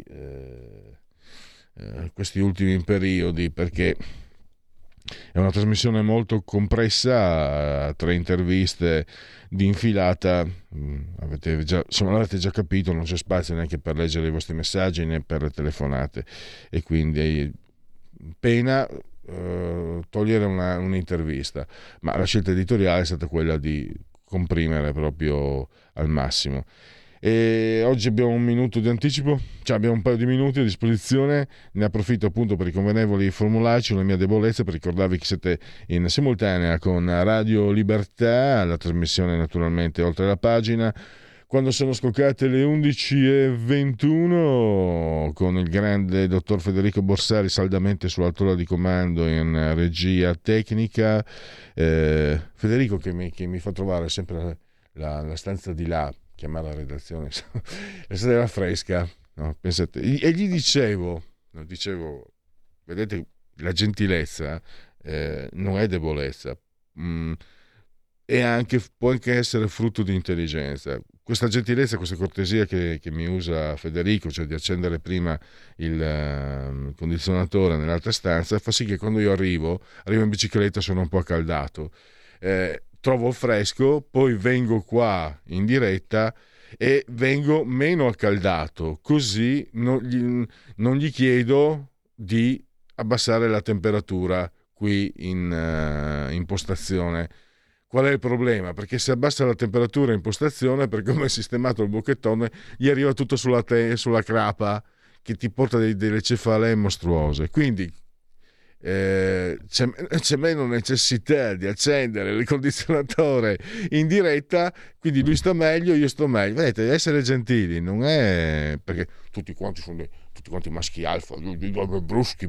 questi ultimi periodi, perché è una trasmissione molto compressa, 3 interviste di infilata. L'avete già capito, non c'è spazio neanche per leggere i vostri messaggi né per le telefonate, e quindi pena togliere un'intervista, ma la scelta editoriale è stata quella di comprimere proprio al massimo. E oggi abbiamo un minuto di anticipo, cioè abbiamo un paio di minuti a disposizione, ne approfitto appunto per i convenevoli formulaici, una mia debolezza, per ricordarvi che siete in simultanea con Radio Libertà, la trasmissione naturalmente oltre la pagina, quando sono scoccate le 11:21, con il grande dottor Federico Borsari saldamente sull'altura di comando in regia tecnica. Federico che mi fa trovare sempre la stanza di là, chiamare la redazione, la stanza della fresca, no? Pensate, e gli dicevo, vedete, la gentilezza non è debolezza, può anche essere frutto di intelligenza. Questa gentilezza, questa cortesia che mi usa Federico, cioè di accendere prima il condizionatore nell'altra stanza, fa sì che quando io arrivo in bicicletta, sono un po' accaldato, trovo il fresco, poi vengo qua in diretta e vengo meno accaldato, così non gli chiedo di abbassare la temperatura qui in postazione. Qual è il problema? Perché se abbassa la temperatura in postazione, per come è sistemato il bocchettone, gli arriva tutto sulla crapa, che ti porta delle cefalee mostruose. Quindi c'è meno necessità di accendere il condizionatore in diretta, quindi lui sta meglio, io sto meglio. Vedete, essere gentili non è perché tutti quanti maschi alfa, bruschi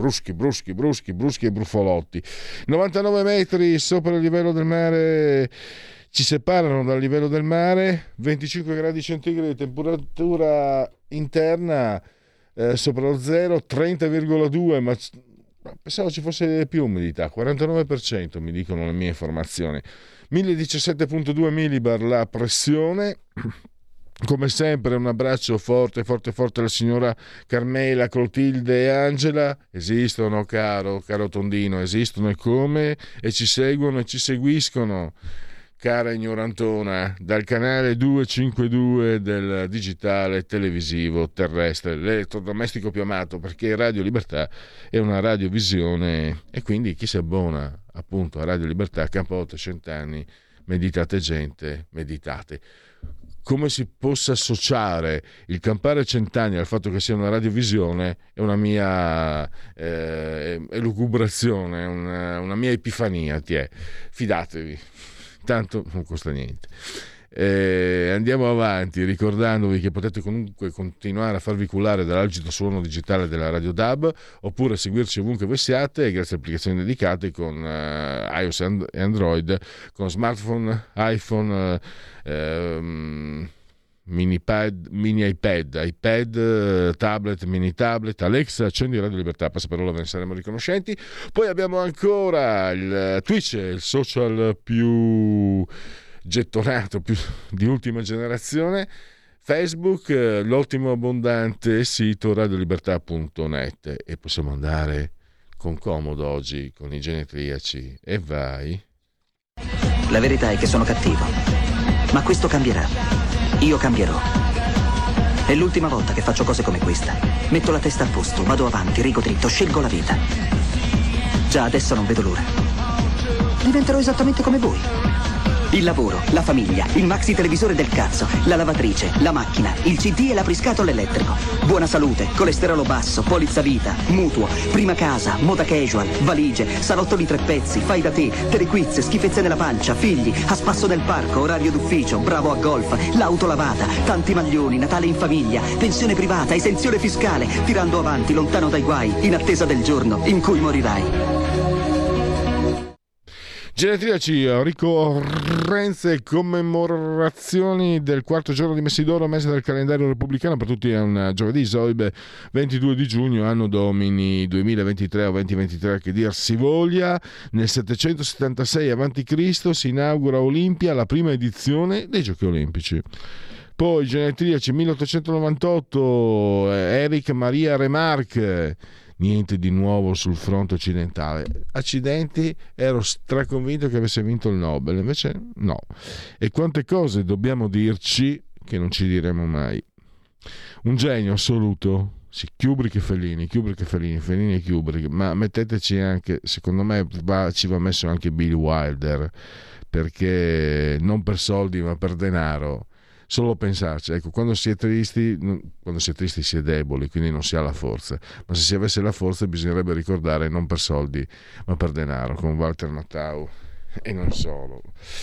e brufolotti. 99 metri sopra il livello del mare ci separano dal livello del mare, 25 gradi centigradi di temperatura interna sopra lo zero, 30,2, ma pensavo ci fosse più umidità, 49% mi dicono le mie informazioni, 1017,2 millibar la pressione. Come sempre un abbraccio forte alla signora Carmela, Clotilde e Angela. Esistono, caro Tondino, esistono, e come, e ci seguono e ci seguiscono, cara ignorantona, dal canale 252 del digitale televisivo terrestre, l'elettrodomestico più amato, perché Radio Libertà è una radiovisione, e quindi chi si abbona appunto a Radio Libertà, Campote, 100 anni, meditate gente, meditate. Come si possa associare il campare 100 anni al fatto che sia una radiovisione è una mia elucubrazione, una mia epifania, fidatevi, tanto non costa niente. Andiamo avanti ricordandovi che potete comunque continuare a farvi cullare dall'algito suono digitale della Radio DAB, oppure seguirci ovunque voi siate grazie a applicazioni dedicate con iOS e Android, con smartphone, iPhone, mini iPad, tablet, mini tablet. Alexa, accendi Radio Libertà, passaparola, ve ne saremo riconoscenti. Poi abbiamo ancora il Twitch, il social più gettonato, più di ultima generazione, Facebook, l'ottimo abbondante sito radiolibertà.net, e possiamo andare con comodo oggi con i genetriaci. E vai.
La verità è che sono cattivo, ma questo cambierà. Io cambierò. È l'ultima volta che faccio cose come questa. Metto la testa a posto, vado avanti, rigo dritto, scelgo la vita. Già adesso non vedo l'ora. Diventerò esattamente come voi. Il lavoro, la famiglia, il maxi televisore del cazzo, la lavatrice, la macchina, il CD e l'apriscatole elettrico. Buona salute, colesterolo basso, polizza vita, mutuo, prima casa, moda casual, valigie, salottoli 3 pezzi, fai da te, telequiz, schifezze nella pancia, figli, a spasso nel parco, orario d'ufficio, bravo a golf, l'auto lavata, tanti maglioni, Natale in famiglia, pensione privata, esenzione fiscale, tirando avanti, lontano dai guai, in attesa del giorno in cui morirai.
Genetriaci, ricorrenze e commemorazioni del quarto giorno di Messidoro, mese del calendario repubblicano. Per tutti è un giovedì, Soibe, 22 di giugno, anno domini 2023 o 2023 che dir si voglia. Nel 776 a.C. si inaugura a Olimpia la prima edizione dei Giochi Olimpici. Poi genetriaci, 1898, Eric Maria Remarque. Niente di nuovo sul fronte occidentale. Accidenti, ero straconvinto che avesse vinto il Nobel, invece no. E quante cose dobbiamo dirci che non ci diremo mai. Un genio assoluto. Sì, Kubrick e Fellini, Fellini e Kubrick, ma metteteci anche, secondo me ci va messo anche Billy Wilder, perché non per soldi ma per denaro. Solo pensarci, ecco, quando si è tristi si è deboli, quindi non si ha la forza, ma se si avesse la forza bisognerebbe ricordare non per soldi ma per denaro, con Walter Matthau e non solo.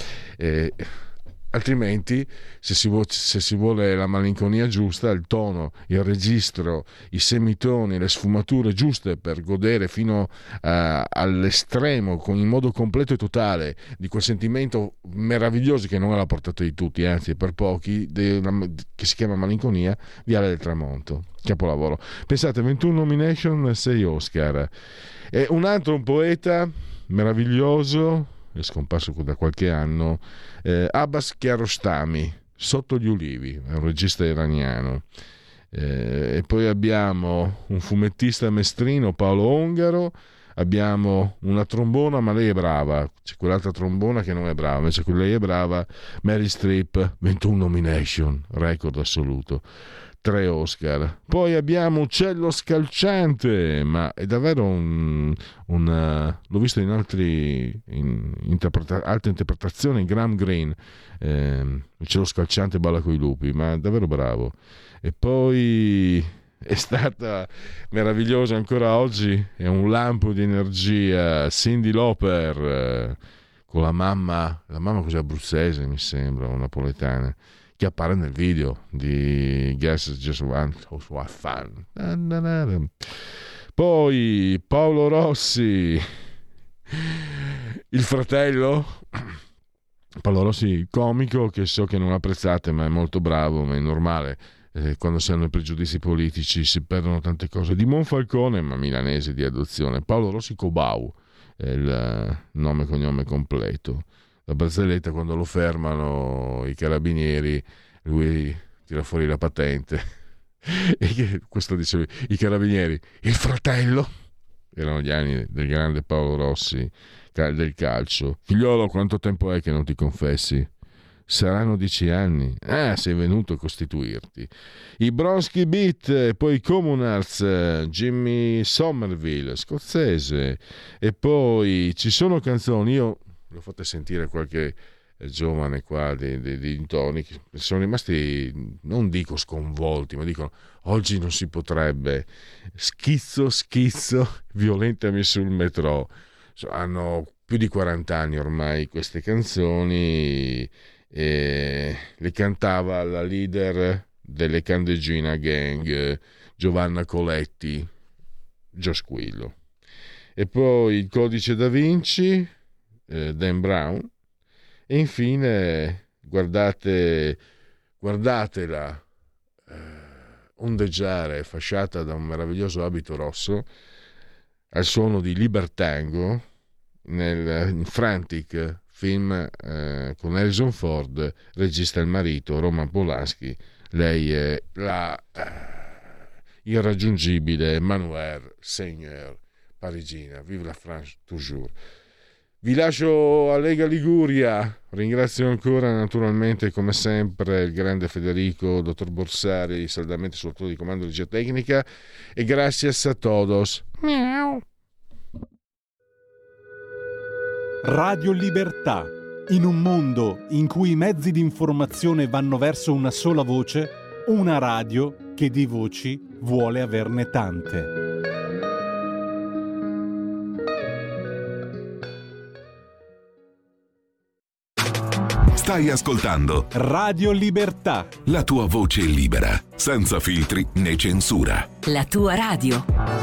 Altrimenti, se si vuole la malinconia giusta, il tono, il registro, i semitoni, le sfumature giuste per godere fino all'estremo, in modo completo e totale, di quel sentimento meraviglioso che non è alla portata di tutti, anzi per pochi, che si chiama malinconia, Viale del Tramonto, capolavoro. Pensate, 21 nomination, 6 Oscar. E un poeta meraviglioso, è scomparso da qualche anno, Abbas Kiarostami, Sotto gli ulivi, è un regista iraniano. E poi abbiamo un fumettista mestrino, Paolo Ongaro. Abbiamo una trombona, ma lei è brava, c'è quell'altra trombona che non è brava, invece lei è brava, Meryl Streep, 21 nomination, record assoluto, 3 Oscar. Poi abbiamo Uccello Scalciante, ma è davvero l'ho visto in altre interpretazioni, Graham Greene, Uccello Scalciante balla coi lupi, ma è davvero bravo. E poi è stata meravigliosa ancora oggi, è un lampo di energia, Cyndi Lauper, con la mamma cos'è, abruzzese mi sembra, o napoletana, che appare nel video di Guess Just Want to Have Fun. Poi Paolo Rossi, il fratello Paolo Rossi, comico, che so che non apprezzate, ma è molto bravo, ma è normale. Quando si hanno i pregiudizi politici si perdono tante cose. Di Monfalcone, ma milanese di adozione. Paolo Rossi Cobau è il nome e cognome completo. La barzelletta, quando lo fermano i carabinieri, lui tira fuori la patente e questo dice: i carabinieri, il fratello, erano gli anni del grande Paolo Rossi del calcio. Figliolo, quanto tempo è che non ti confessi? Saranno 10 anni. Sei venuto a costituirti. I Bronski Beat, e poi i Communards, Jimmy Somerville, scozzese. E poi ci sono canzoni, io le ho fatte sentire qualche giovane qua di toni che sono rimasti, non dico sconvolti, ma dicono: oggi non si potrebbe, schizzo, violentami sul metro. Hanno più di 40 anni ormai queste canzoni, le cantava la leader delle Candeggina Gang, Giovanna Coletti, Giosquillo. E poi il Codice da Vinci, Dan Brown, e infine guardatela ondeggiare fasciata da un meraviglioso abito rosso al suono di Libertango in Frantic, film con Harrison Ford, regista il marito Roman Polanski, lei è la irraggiungibile Manuel Seigneur parigina. Vive la France toujours. Vi lascio a Lega Liguria, ringrazio ancora naturalmente come sempre il grande Federico, dottor Borsari, saldamente sul turno di comando di regia tecnica, e gracias a todos. Miau.
Radio Libertà. In un mondo in cui i mezzi di informazione vanno verso una sola voce, una radio che di voci vuole averne tante.
Stai ascoltando
Radio Libertà.
la tua voce libera, senza filtri né censura.
La tua radio.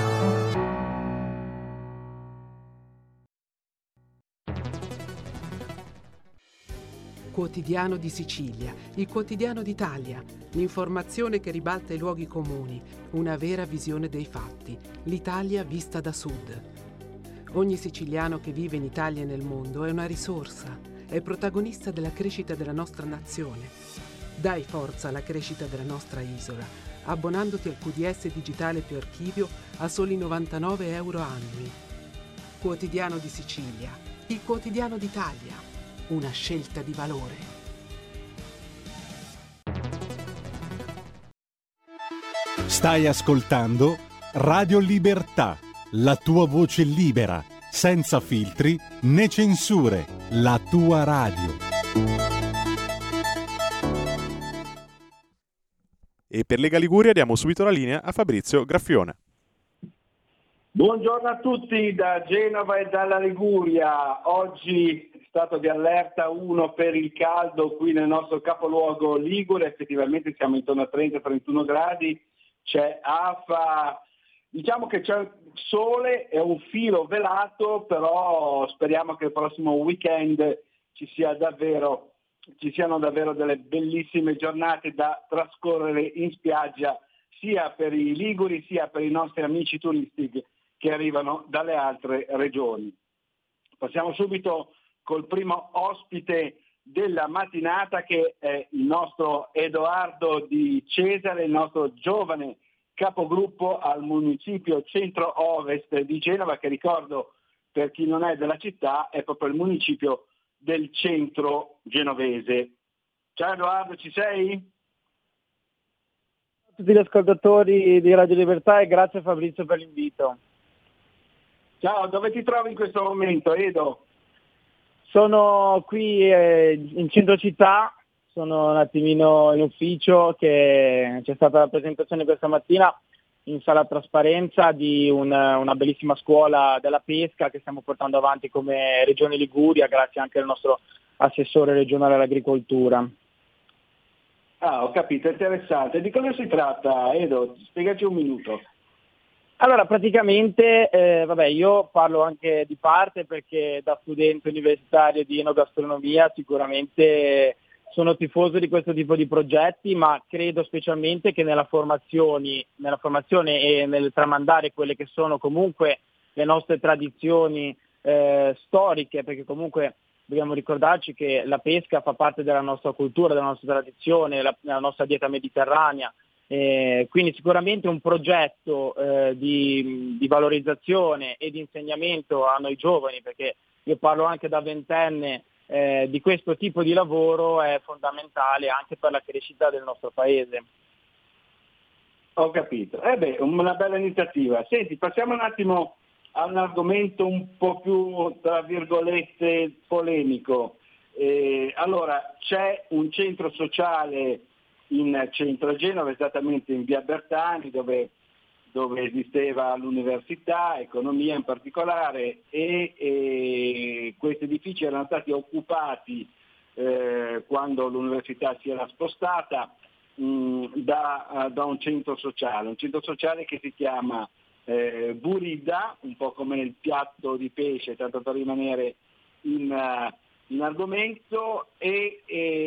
Quotidiano di Sicilia, il quotidiano d'Italia, l'informazione che ribalta i luoghi comuni, una vera visione dei fatti, l'Italia vista da sud. Ogni siciliano che vive in Italia e nel mondo è una risorsa, è protagonista della crescita della nostra nazione. Dai forza alla crescita della nostra isola, abbonandoti al QDS digitale più archivio a soli 99 euro annui. Quotidiano di Sicilia, il quotidiano d'Italia. Una scelta di valore.
Stai ascoltando Radio Libertà, la tua voce libera, senza filtri né censure, la tua radio.
E per Lega Liguria diamo subito la linea a Fabrizio Graffione.
Buongiorno a tutti da Genova e dalla Liguria. Oggi stato di allerta 1 per il caldo qui nel nostro capoluogo ligure, effettivamente siamo intorno a 30-31 gradi, c'è afa, diciamo che c'è sole, è un filo velato, però speriamo che il prossimo weekend ci siano davvero delle bellissime giornate da trascorrere in spiaggia, sia per i liguri sia per i nostri amici turisti che arrivano dalle altre regioni. Passiamo subito col primo ospite della mattinata, che è il nostro Edoardo Di Cesare, il nostro giovane capogruppo al municipio centro-ovest di Genova, che ricordo per chi non è della città è proprio il municipio del centro genovese. Ciao Edoardo, ci sei?
Ciao a tutti gli ascoltatori di Radio Libertà e grazie Fabrizio per l'invito.
Ciao, dove ti trovi in questo momento, Edo?
Sono qui in centro città, sono un attimino in ufficio, che c'è stata la presentazione questa mattina in sala trasparenza di una bellissima scuola della pesca che stiamo portando avanti come Regione Liguria, grazie anche al nostro assessore regionale all'agricoltura.
Ah, ho capito, interessante. Di cosa si tratta, Edo? Spiegaci un minuto.
Allora, praticamente, io parlo anche di parte perché da studente universitario di enogastronomia sicuramente sono tifoso di questo tipo di progetti, ma credo specialmente che nella formazione e nel tramandare quelle che sono comunque le nostre tradizioni storiche, perché comunque dobbiamo ricordarci che la pesca fa parte della nostra cultura, della nostra tradizione, della nostra dieta mediterranea. Quindi sicuramente un progetto di valorizzazione e di insegnamento a noi giovani, perché io parlo anche da ventenne, di questo tipo di lavoro è fondamentale anche per la crescita del nostro paese.
Ho capito, una bella iniziativa. Senti, passiamo un attimo a un argomento un po' più, tra virgolette, polemico. Allora, c'è un centro sociale in centro a Genova, esattamente in via Bertani, dove esisteva l'università, economia in particolare, e questi edifici erano stati occupati
quando l'università si era spostata da un centro sociale che si chiama Burida, un po' come il piatto di pesce, tanto per rimanere in argomento, e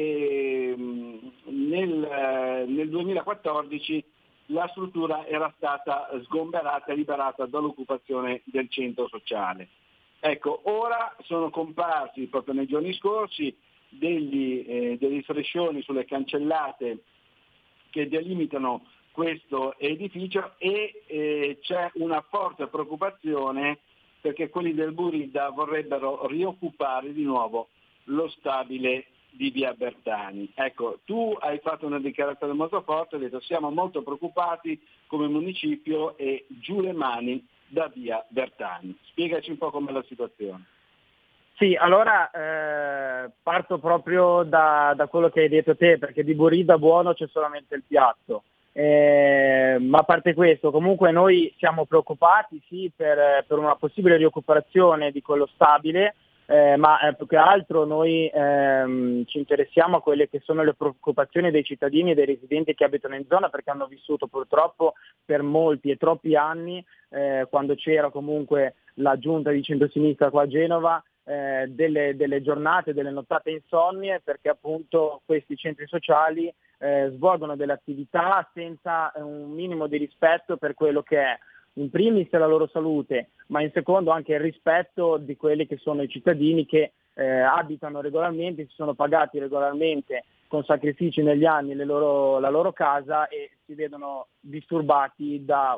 nel 2014 la struttura era stata sgomberata e liberata dall'occupazione del centro sociale. Ecco, ora sono comparsi proprio nei giorni scorsi degli striscioni sulle cancellate che delimitano questo edificio e c'è una forte preoccupazione perché quelli del Burida vorrebbero rioccupare di nuovo lo stabile di via Bertani. Ecco, tu hai fatto una dichiarazione molto forte, hai detto siamo molto preoccupati come municipio e giù le mani da via Bertani. Spiegaci un po' com'è la situazione.
Sì, allora parto proprio da quello che hai detto te, perché di Burida buono c'è solamente il piatto. Ma a parte questo, comunque noi siamo preoccupati sì per una possibile rioccupazione di quello stabile, ma più che altro noi ci interessiamo a quelle che sono le preoccupazioni dei cittadini e dei residenti che abitano in zona, perché hanno vissuto purtroppo per molti e troppi anni, quando c'era comunque la giunta di centrosinistra qua a Genova, delle giornate, delle nottate insonnie, perché appunto questi centri sociali svolgono delle attività senza un minimo di rispetto per quello che è in primis la loro salute, ma in secondo anche il rispetto di quelli che sono i cittadini che abitano regolarmente, si sono pagati regolarmente con sacrifici negli anni la loro casa e si vedono disturbati da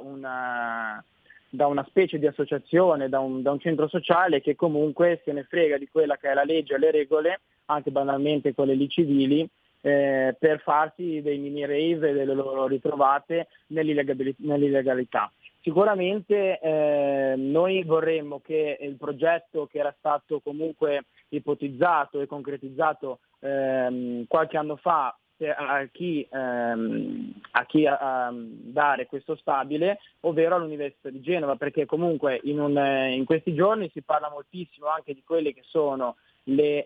una specie di associazione, da un centro sociale che comunque se ne frega di quella che è la legge e le regole, anche banalmente quelle lì civili, per farsi dei mini rave e delle loro ritrovate nell'illegalità. Sicuramente noi vorremmo che il progetto che era stato comunque ipotizzato e concretizzato qualche anno fa a chi dare questo stabile, ovvero all'Università di Genova, perché comunque in questi giorni si parla moltissimo anche di quelle che sono le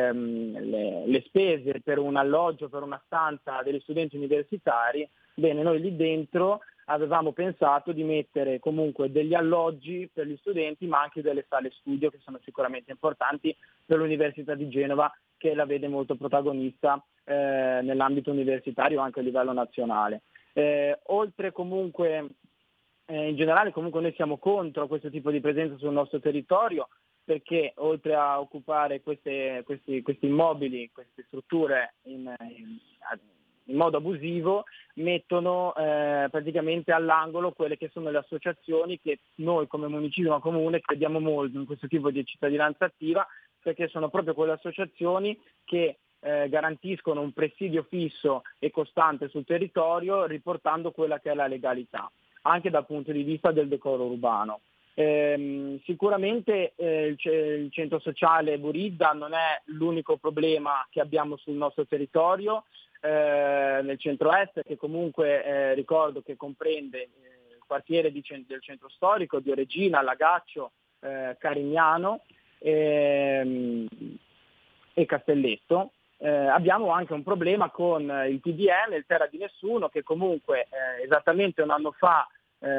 spese per un alloggio, per una stanza degli studenti universitari. Bene, noi lì dentro avevamo pensato di mettere comunque degli alloggi per gli studenti, ma anche delle sale studio che sono sicuramente importanti per l'Università di Genova, che la vede molto protagonista nell'ambito universitario anche a livello nazionale. Oltre comunque, in generale comunque noi siamo contro questo tipo di presenza sul nostro territorio, perché oltre a occupare questi immobili, queste strutture in modo abusivo, mettono praticamente all'angolo quelle che sono le associazioni che noi come municipio, ma comune, crediamo molto in questo tipo di cittadinanza attiva, perché sono proprio quelle associazioni che garantiscono un presidio fisso e costante sul territorio, riportando quella che è la legalità, anche dal punto di vista del decoro urbano. Sicuramente il centro sociale Burida non è l'unico problema che abbiamo sul nostro territorio, nel centro-est, che comunque ricordo che comprende il quartiere del centro storico di Oregina, Lagaccio, Carignano e Castelletto. Abbiamo anche un problema con il TDM, il Terra di Nessuno, che comunque esattamente un anno fa,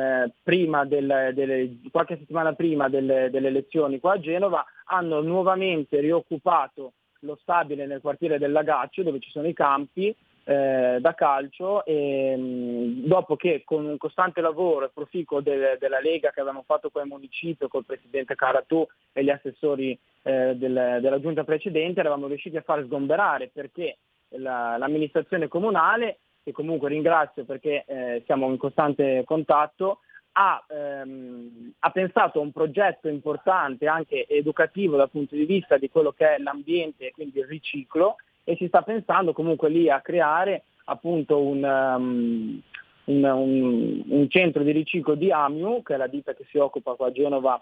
qualche settimana prima delle elezioni qua a Genova, hanno nuovamente rioccupato lo stabile nel quartiere del Lagaccio, dove ci sono i campi da calcio, e dopo che con un costante lavoro e proficuo della Lega che avevamo fatto con il municipio, col presidente Caratù e gli assessori della giunta precedente, eravamo riusciti a far sgomberare, perché l'amministrazione comunale, che comunque ringrazio perché siamo in costante contatto, ha pensato a un progetto importante, anche educativo dal punto di vista di quello che è l'ambiente e quindi il riciclo, e si sta pensando comunque lì a creare appunto un centro di riciclo di Amiu, che è la ditta che si occupa qua a Genova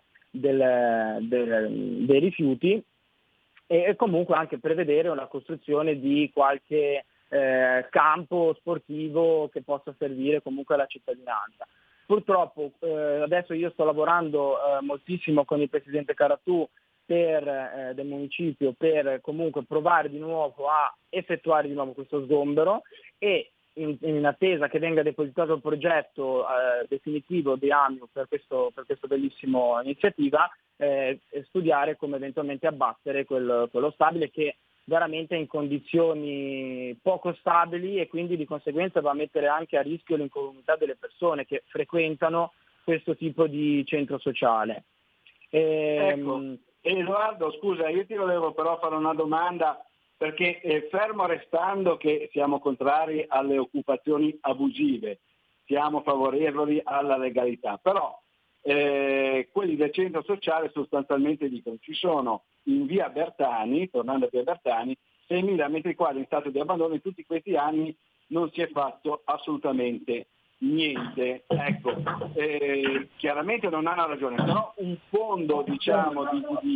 dei rifiuti, e comunque anche prevedere una costruzione di qualche campo sportivo che possa servire comunque alla cittadinanza. Purtroppo adesso io sto lavorando moltissimo con il presidente Caratù del municipio per comunque provare di nuovo a effettuare di nuovo questo sgombero, e in attesa che venga depositato il progetto definitivo di AMIU per questo bellissimo iniziativa, studiare come eventualmente abbattere quello stabile, che veramente è in condizioni poco stabili, e quindi di conseguenza va a mettere anche a rischio l'incolumità delle persone che frequentano questo tipo di centro sociale.
Ecco, Edoardo, scusa, io ti volevo però fare una domanda, perché fermo restando che siamo contrari alle occupazioni abusive, siamo favorevoli alla legalità, però quelli del centro sociale sostanzialmente dicono ci sono in via Bertani, tornando a via Bertani, 6.000 metri quadri in stato di abbandono, in tutti questi anni non si è fatto assolutamente niente. Ecco, chiaramente non hanno ragione, però un fondo diciamo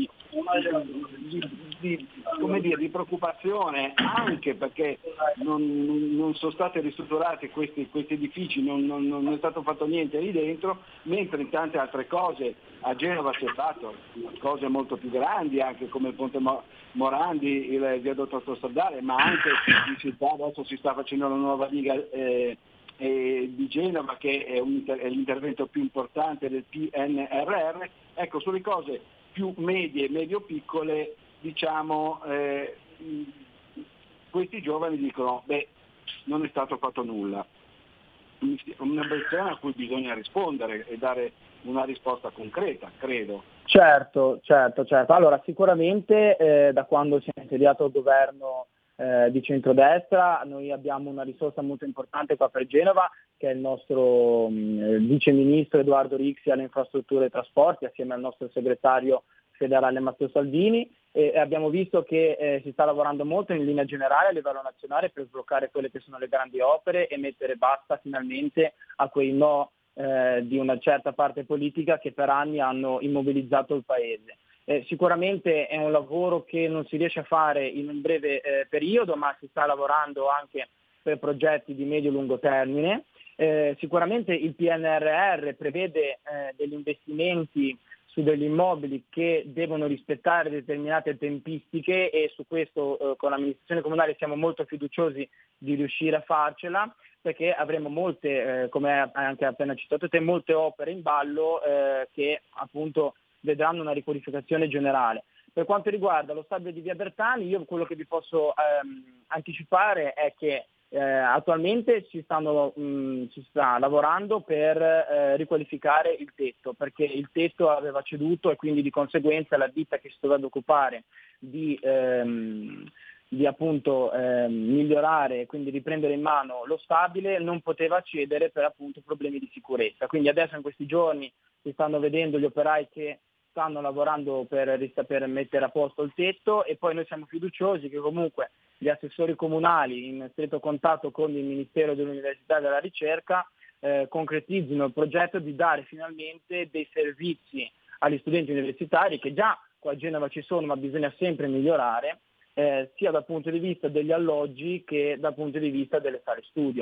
di preoccupazione, anche perché non sono stati ristrutturati questi edifici, non è stato fatto niente lì dentro, mentre in tante altre cose a Genova si è fatto cose molto più grandi, anche come il Ponte Morandi, il viadotto autostradale, ma anche in città adesso si sta facendo la nuova diga di Genova, che è l'intervento più importante del PNRR. Ecco, sulle cose più medie, medio-piccole, diciamo, questi giovani dicono, non è stato fatto nulla. Un'obiezione a cui bisogna rispondere e dare una risposta concreta, credo.
Certo. Allora, sicuramente da quando si è insediato il governo di centrodestra noi abbiamo una risorsa molto importante qua per Genova, che è il nostro vice ministro Edoardo Rixi alle infrastrutture e trasporti, assieme al nostro segretario federale Matteo Salvini, e abbiamo visto che si sta lavorando molto in linea generale a livello nazionale per sbloccare quelle che sono le grandi opere e mettere basta finalmente a quei no di una certa parte politica che per anni hanno immobilizzato il Paese. Sicuramente è un lavoro che non si riesce a fare in un breve periodo, ma si sta lavorando anche per progetti di medio-lungo termine. Sicuramente il PNRR prevede degli investimenti su degli immobili che devono rispettare determinate tempistiche, e su questo con l'amministrazione comunale siamo molto fiduciosi di riuscire a farcela, perché avremo molte, come hai anche appena citato te, molte opere in ballo che appunto vedranno una riqualificazione generale. Per quanto riguarda lo stabile di via Bertani, io quello che vi posso anticipare è che attualmente si sta lavorando per riqualificare il tetto, perché il tetto aveva ceduto e quindi di conseguenza la ditta che si doveva occupare di appunto migliorare e quindi riprendere in mano lo stabile non poteva cedere per appunto problemi di sicurezza. Quindi adesso in questi giorni si stanno vedendo gli operai che stanno lavorando per mettere a posto il tetto, e poi noi siamo fiduciosi che comunque gli assessori comunali, in stretto contatto con il Ministero dell'Università e della Ricerca, concretizzino il progetto di dare finalmente dei servizi agli studenti universitari, che già qua a Genova ci sono ma bisogna sempre migliorare, sia dal punto di vista degli alloggi che dal punto di vista delle sale studio.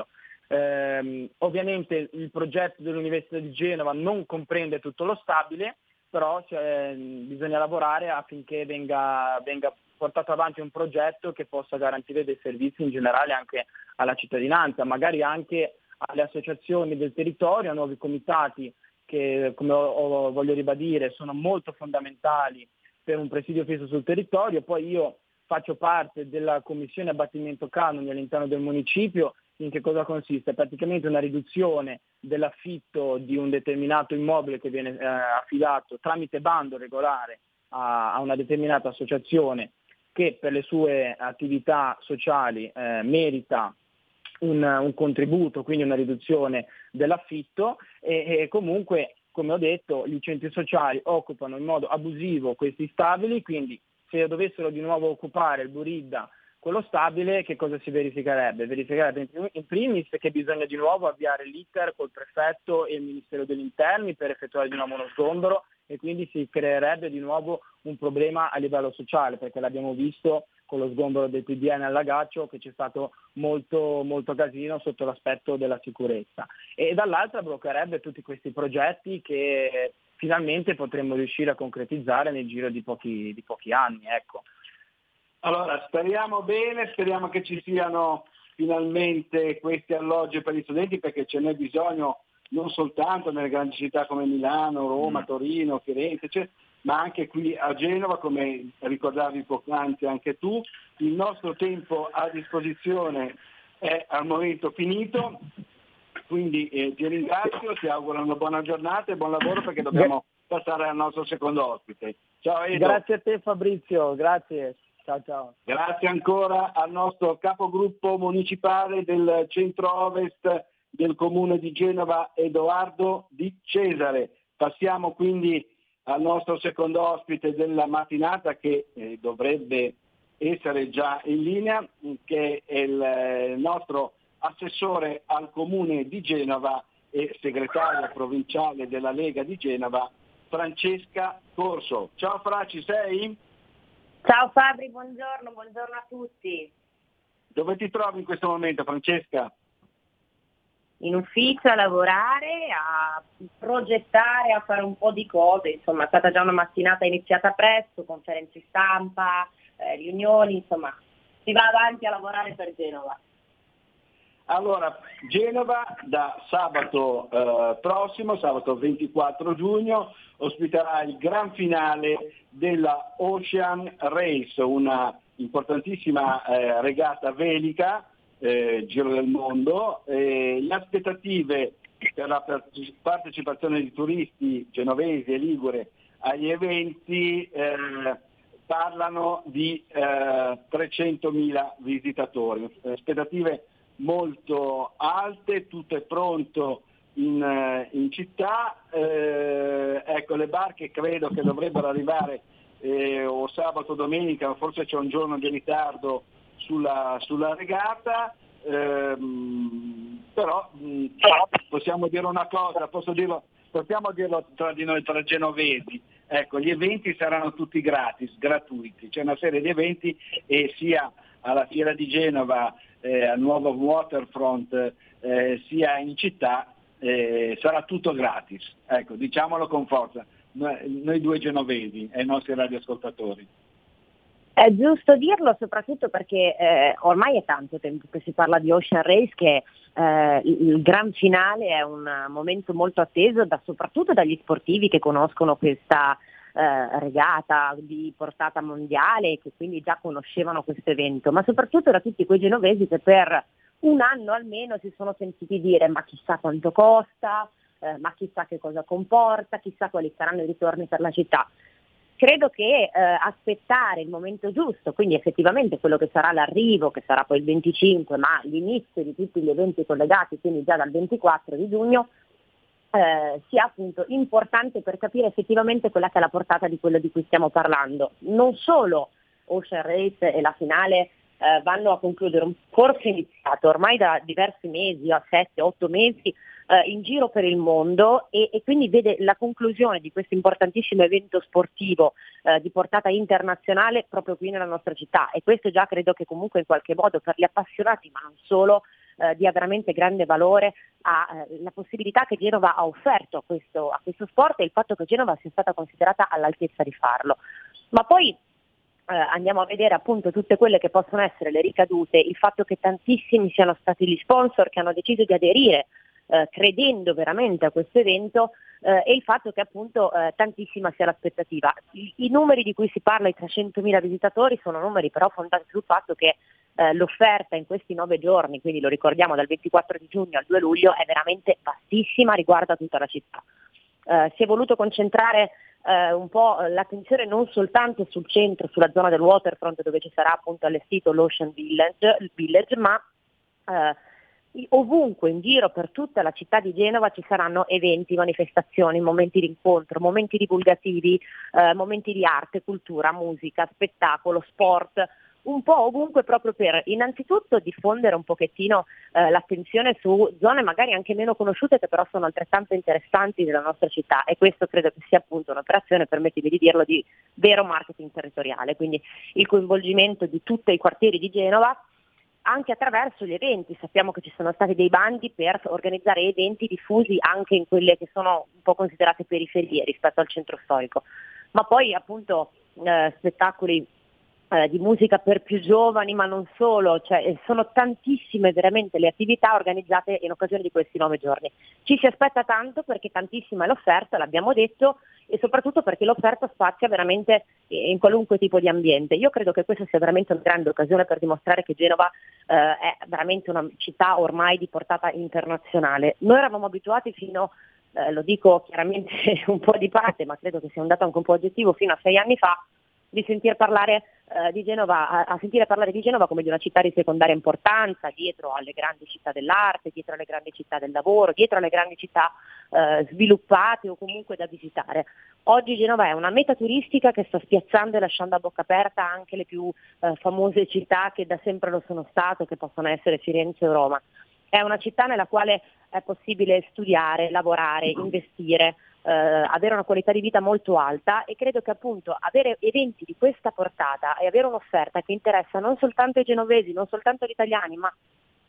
Ovviamente il progetto dell'Università di Genova non comprende tutto lo stabile, però bisogna lavorare affinché venga portato avanti un progetto che possa garantire dei servizi in generale anche alla cittadinanza, magari anche alle associazioni del territorio, a nuovi comitati che, come voglio ribadire, sono molto fondamentali per un presidio fisso sul territorio. Poi io faccio parte della commissione abbattimento canoni all'interno del municipio. In che cosa consiste? Praticamente una riduzione dell'affitto di un determinato immobile che viene affidato tramite bando regolare a una determinata associazione che per le sue attività sociali merita un contributo, quindi una riduzione dell'affitto, e comunque, come ho detto, gli centri sociali occupano in modo abusivo questi stabili, quindi se dovessero di nuovo occupare il Buridda quello stabile, che cosa si verificherebbe? Verificherebbe in primis che bisogna di nuovo avviare l'iter col prefetto e il Ministero degli Interni per effettuare di nuovo uno sgombero, e quindi si creerebbe di nuovo un problema a livello sociale, perché l'abbiamo visto con lo sgombero del PDN a Lagaccio che c'è stato molto casino sotto l'aspetto della sicurezza, e dall'altra bloccherebbe tutti questi progetti che finalmente potremmo riuscire a concretizzare nel giro di pochi anni. Ecco.
Allora, speriamo bene, speriamo che ci siano finalmente questi alloggi per gli studenti, perché ce n'è bisogno non soltanto nelle grandi città come Milano, Roma, Torino, Firenze, ma anche qui a Genova, come ricordavi poc'anzi anche tu. Il nostro tempo a disposizione è al momento finito, quindi ti ringrazio, ti auguro una buona giornata e buon lavoro, perché dobbiamo passare al nostro secondo ospite. Ciao Edo.
Grazie a te Fabrizio, grazie. Ciao ciao.
Grazie ancora al nostro capogruppo municipale del centro-ovest del comune di Genova, Edoardo Di Cesare. Passiamo quindi al nostro secondo ospite della mattinata, che dovrebbe essere già in linea, che è il nostro assessore al comune di Genova e segretaria provinciale della Lega di Genova, Francesca Corso. Ciao Fra, ci sei?
Ciao Fabri, buongiorno a tutti.
Dove ti trovi in questo momento, Francesca?
In ufficio a lavorare, a progettare, a fare un po' di cose, insomma è stata già una mattinata iniziata presto, conferenze stampa, riunioni, insomma si va avanti a lavorare per Genova.
Allora, Genova da sabato prossimo, sabato 24 giugno, ospiterà il gran finale della Ocean Race, una importantissima regata velica, Giro del Mondo. Le aspettative per la partecipazione di turisti genovesi e ligure agli eventi parlano di 300.000 visitatori, aspettative molto alte, tutto è pronto in città. Ecco, le barche credo che dovrebbero arrivare o sabato o domenica, forse c'è un giorno di ritardo sulla regata, però possiamo dire una cosa, possiamo dirlo tra di noi, tra genovesi. Ecco, gli eventi saranno tutti gratuiti, c'è una serie di eventi e sia alla Fiera di Genova, al nuovo waterfront, sia in città, sarà tutto gratis. Ecco, diciamolo con forza, noi due genovesi e i nostri radioascoltatori.
È giusto dirlo, soprattutto perché ormai è tanto tempo che si parla di Ocean Race, che il gran finale è un momento molto atteso soprattutto dagli sportivi che conoscono questa regata di portata mondiale e che quindi già conoscevano questo evento, ma soprattutto da tutti quei genovesi che per un anno almeno si sono sentiti dire ma chissà quanto costa, ma chissà che cosa comporta, chissà quali saranno i ritorni per la città. Credo che aspettare il momento giusto, quindi effettivamente quello che sarà l'arrivo, che sarà poi il 25, ma l'inizio di tutti gli eventi collegati, quindi già dal 24 di giugno, sia appunto importante per capire effettivamente quella che è la portata di quello di cui stiamo parlando. Non solo Ocean Race e la finale vanno a concludere un corso iniziato ormai da diversi mesi, a 7-8 mesi, in giro per il mondo e quindi vede la conclusione di questo importantissimo evento sportivo di portata internazionale proprio qui nella nostra città, e questo già credo che comunque in qualche modo per gli appassionati, ma non solo, dia veramente grande valore alla possibilità che Genova ha offerto a questo sport e il fatto che Genova sia stata considerata all'altezza di farlo. Ma poi andiamo a vedere appunto tutte quelle che possono essere le ricadute, il fatto che tantissimi siano stati gli sponsor che hanno deciso di aderire credendo veramente a questo evento, e il fatto che appunto tantissima sia l'aspettativa. I numeri di cui si parla, i 300.000 visitatori, sono numeri però fondati sul fatto che l'offerta in questi 9 giorni, quindi lo ricordiamo dal 24 di giugno al 2 luglio, è veramente vastissima, riguarda tutta la città. Si è voluto concentrare un po' l'attenzione non soltanto sul centro, sulla zona del waterfront dove ci sarà appunto allestito l'Ocean Village, ma ovunque in giro per tutta la città di Genova ci saranno eventi, manifestazioni, momenti di incontro, momenti divulgativi, momenti di arte, cultura, musica, spettacolo, sport, un po' ovunque, proprio per innanzitutto diffondere un pochettino l'attenzione su zone magari anche meno conosciute che però sono altrettanto interessanti della nostra città, e questo credo che sia appunto un'operazione, permettimi di dirlo, di vero marketing territoriale, quindi il coinvolgimento di tutti i quartieri di Genova anche attraverso gli eventi. Sappiamo che ci sono stati dei bandi per organizzare eventi diffusi anche in quelle che sono un po' considerate periferie rispetto al centro storico, ma poi appunto spettacoli di musica per più giovani, ma non solo, cioè sono tantissime veramente le attività organizzate in occasione di questi 9 giorni. Ci si aspetta tanto perché tantissima è l'offerta, l'abbiamo detto, e soprattutto perché l'offerta spazia veramente in qualunque tipo di ambiente. Io credo che questa sia veramente una grande occasione per dimostrare che Genova è veramente una città ormai di portata internazionale. Noi eravamo abituati fino, lo dico chiaramente un po' di parte, ma credo che sia un dato anche un po' oggettivo, fino a 6 anni fa, di sentir parlare di Genova, a sentire parlare di Genova come di una città di secondaria importanza, dietro alle grandi città dell'arte, dietro alle grandi città del lavoro, dietro alle grandi città sviluppate o comunque da visitare. Oggi Genova è una meta turistica che sta spiazzando e lasciando a bocca aperta anche le più famose città che da sempre lo sono state, che possono essere Firenze o Roma. È una città nella quale è possibile studiare, lavorare, investire, avere una qualità di vita molto alta, e credo che appunto avere eventi di questa portata e avere un'offerta che interessa non soltanto i genovesi, non soltanto gli italiani, ma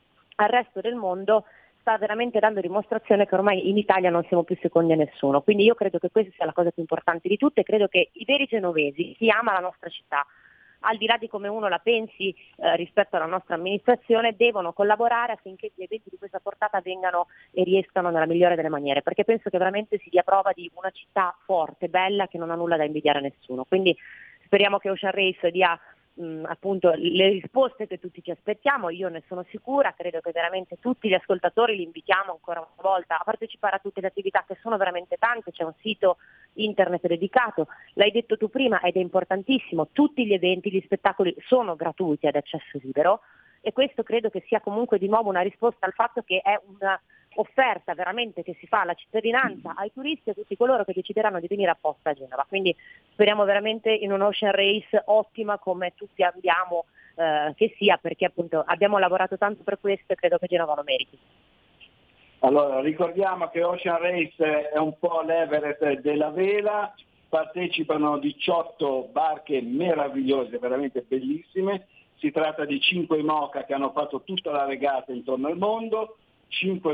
al resto del mondo, sta veramente dando dimostrazione che ormai in Italia non siamo più secondi a nessuno. Quindi io credo che questa sia la cosa più importante di tutte, e credo che i veri genovesi, chi ama la nostra città, al di là di come uno la pensi rispetto alla nostra amministrazione, devono collaborare affinché gli eventi di questa portata vengano e riescano nella migliore delle maniere, perché penso che veramente si dia prova di una città forte, bella, che non ha nulla da invidiare a nessuno. Quindi speriamo che Ocean Race dia appunto le risposte che tutti ci aspettiamo. Io ne sono sicura, credo che veramente tutti gli ascoltatori li invitiamo ancora una volta a partecipare a tutte le attività, che sono veramente tante. C'è un sito internet dedicato, l'hai detto tu prima ed è importantissimo, tutti gli eventi, gli spettacoli sono gratuiti ad accesso libero, e questo credo che sia comunque di nuovo una risposta al fatto che è una offerta veramente che si fa alla cittadinanza, ai turisti, a tutti coloro che decideranno di venire apposta a Genova. Quindi speriamo veramente in un Ocean Race ottima, come tutti abbiamo che sia, perché appunto abbiamo lavorato tanto per questo e credo che Genova lo meriti.
Allora, ricordiamo che Ocean Race è un po' l'Everest della vela, partecipano 18 barche meravigliose, veramente bellissime. Si tratta di 5 IMOCA che hanno fatto tutta la regata intorno al mondo, 5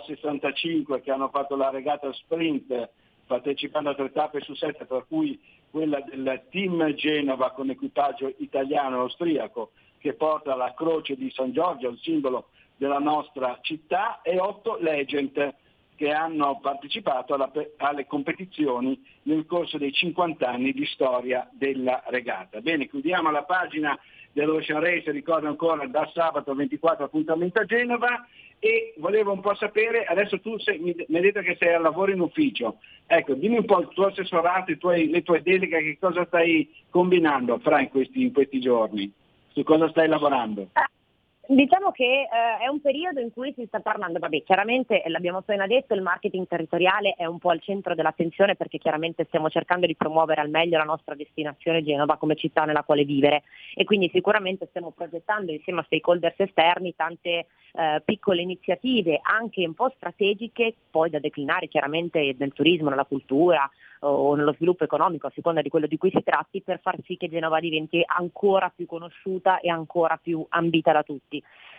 VO65 che hanno fatto la regata sprint partecipando a 3 tappe su 7, tra cui quella del Team Genova con equipaggio italiano e austriaco che porta la croce di San Giorgio, il simbolo della nostra città, e 8 Legend che hanno partecipato alle competizioni nel corso dei 50 anni di storia della regata. Bene, chiudiamo la pagina dell'Ocean Race, ricordo ancora da sabato 24 appuntamento a Genova, e volevo un po' sapere, adesso tu mi hai detto che sei al lavoro in ufficio, ecco, dimmi un po' il tuo assessorato, le tue deleghe, che cosa stai combinando in questi giorni, su cosa stai lavorando?
Diciamo che è un periodo in cui si sta parlando, vabbè, chiaramente l'abbiamo appena detto, il marketing territoriale è un po' al centro dell'attenzione, perché chiaramente stiamo cercando di promuovere al meglio la nostra destinazione Genova come città nella quale vivere, e quindi sicuramente stiamo progettando insieme a stakeholders esterni tante piccole iniziative, anche un po' strategiche, poi da declinare chiaramente nel turismo, nella cultura o nello sviluppo economico, a seconda di quello di cui si tratti, per far sì che Genova diventi ancora più conosciuta e ancora più ambita da tutti.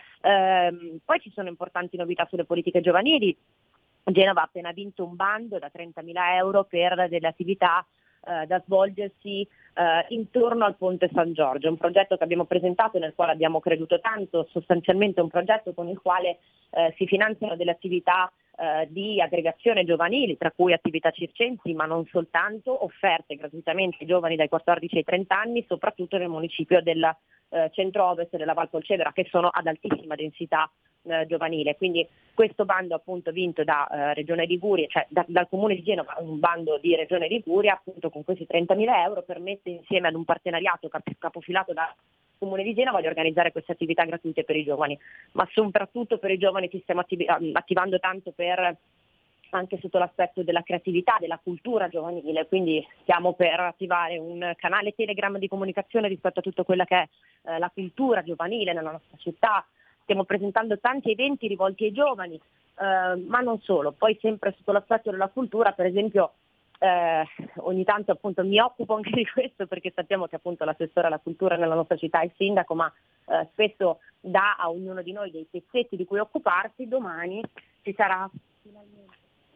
Poi ci sono importanti novità sulle politiche giovanili. Genova ha appena vinto un bando da 30.000 euro per delle attività da svolgersi intorno al Ponte San Giorgio, un progetto che abbiamo presentato, nel quale abbiamo creduto tanto, sostanzialmente un progetto con il quale si finanziano delle attività di aggregazione giovanili, tra cui attività circensi, ma non soltanto, offerte gratuitamente ai giovani dai 14 ai 30 anni, soprattutto nel municipio del centro-ovest della Val Polcevera, che sono ad altissima densità giovanile. Quindi questo bando appunto vinto da Regione Liguria, cioè dal Comune di Genova, un bando di Regione Liguria, appunto con questi 30.000 euro, permette insieme ad un partenariato capofilato da Comune di Genova di organizzare queste attività gratuite per i giovani, ma soprattutto per i giovani ci stiamo attivando tanto per anche sotto l'aspetto della creatività, della cultura giovanile, quindi stiamo per attivare un canale Telegram di comunicazione rispetto a tutto quella che è la cultura giovanile nella nostra città. Stiamo presentando tanti eventi rivolti ai giovani, ma non solo. Poi sempre sotto l'aspetto della cultura, per esempio, ogni tanto appunto mi occupo anche di questo, perché sappiamo che appunto l'assessore alla cultura nella nostra città è il sindaco, ma spesso dà a ognuno di noi dei pezzetti di cui occuparsi. Domani ci sarà finalmente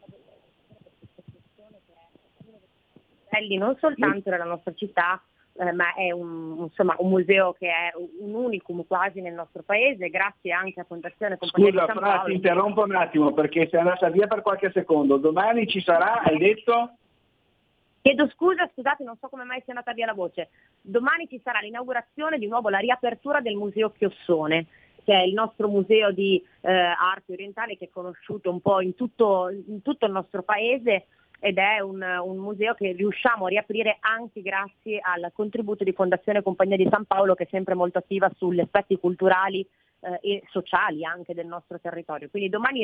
non soltanto nella nostra città, ma è un museo che è un unicum quasi nel nostro paese, grazie anche a Fondazione Compagnia
Scusa,
di San Paolo.
ti interrompo un attimo perché sei andata via per qualche secondo. Domani ci sarà, hai detto?
Chiedo scusa, scusate, non so come mai sia andata via la voce. Domani ci sarà l'inaugurazione, di nuovo la riapertura del Museo Chiossone, che è il nostro museo di arte orientale che è conosciuto un po' in tutto il nostro paese, ed è un museo che riusciamo a riaprire anche grazie al contributo di Fondazione Compagnia di San Paolo, che è sempre molto attiva sugli aspetti culturali e sociali anche del nostro territorio. Quindi domani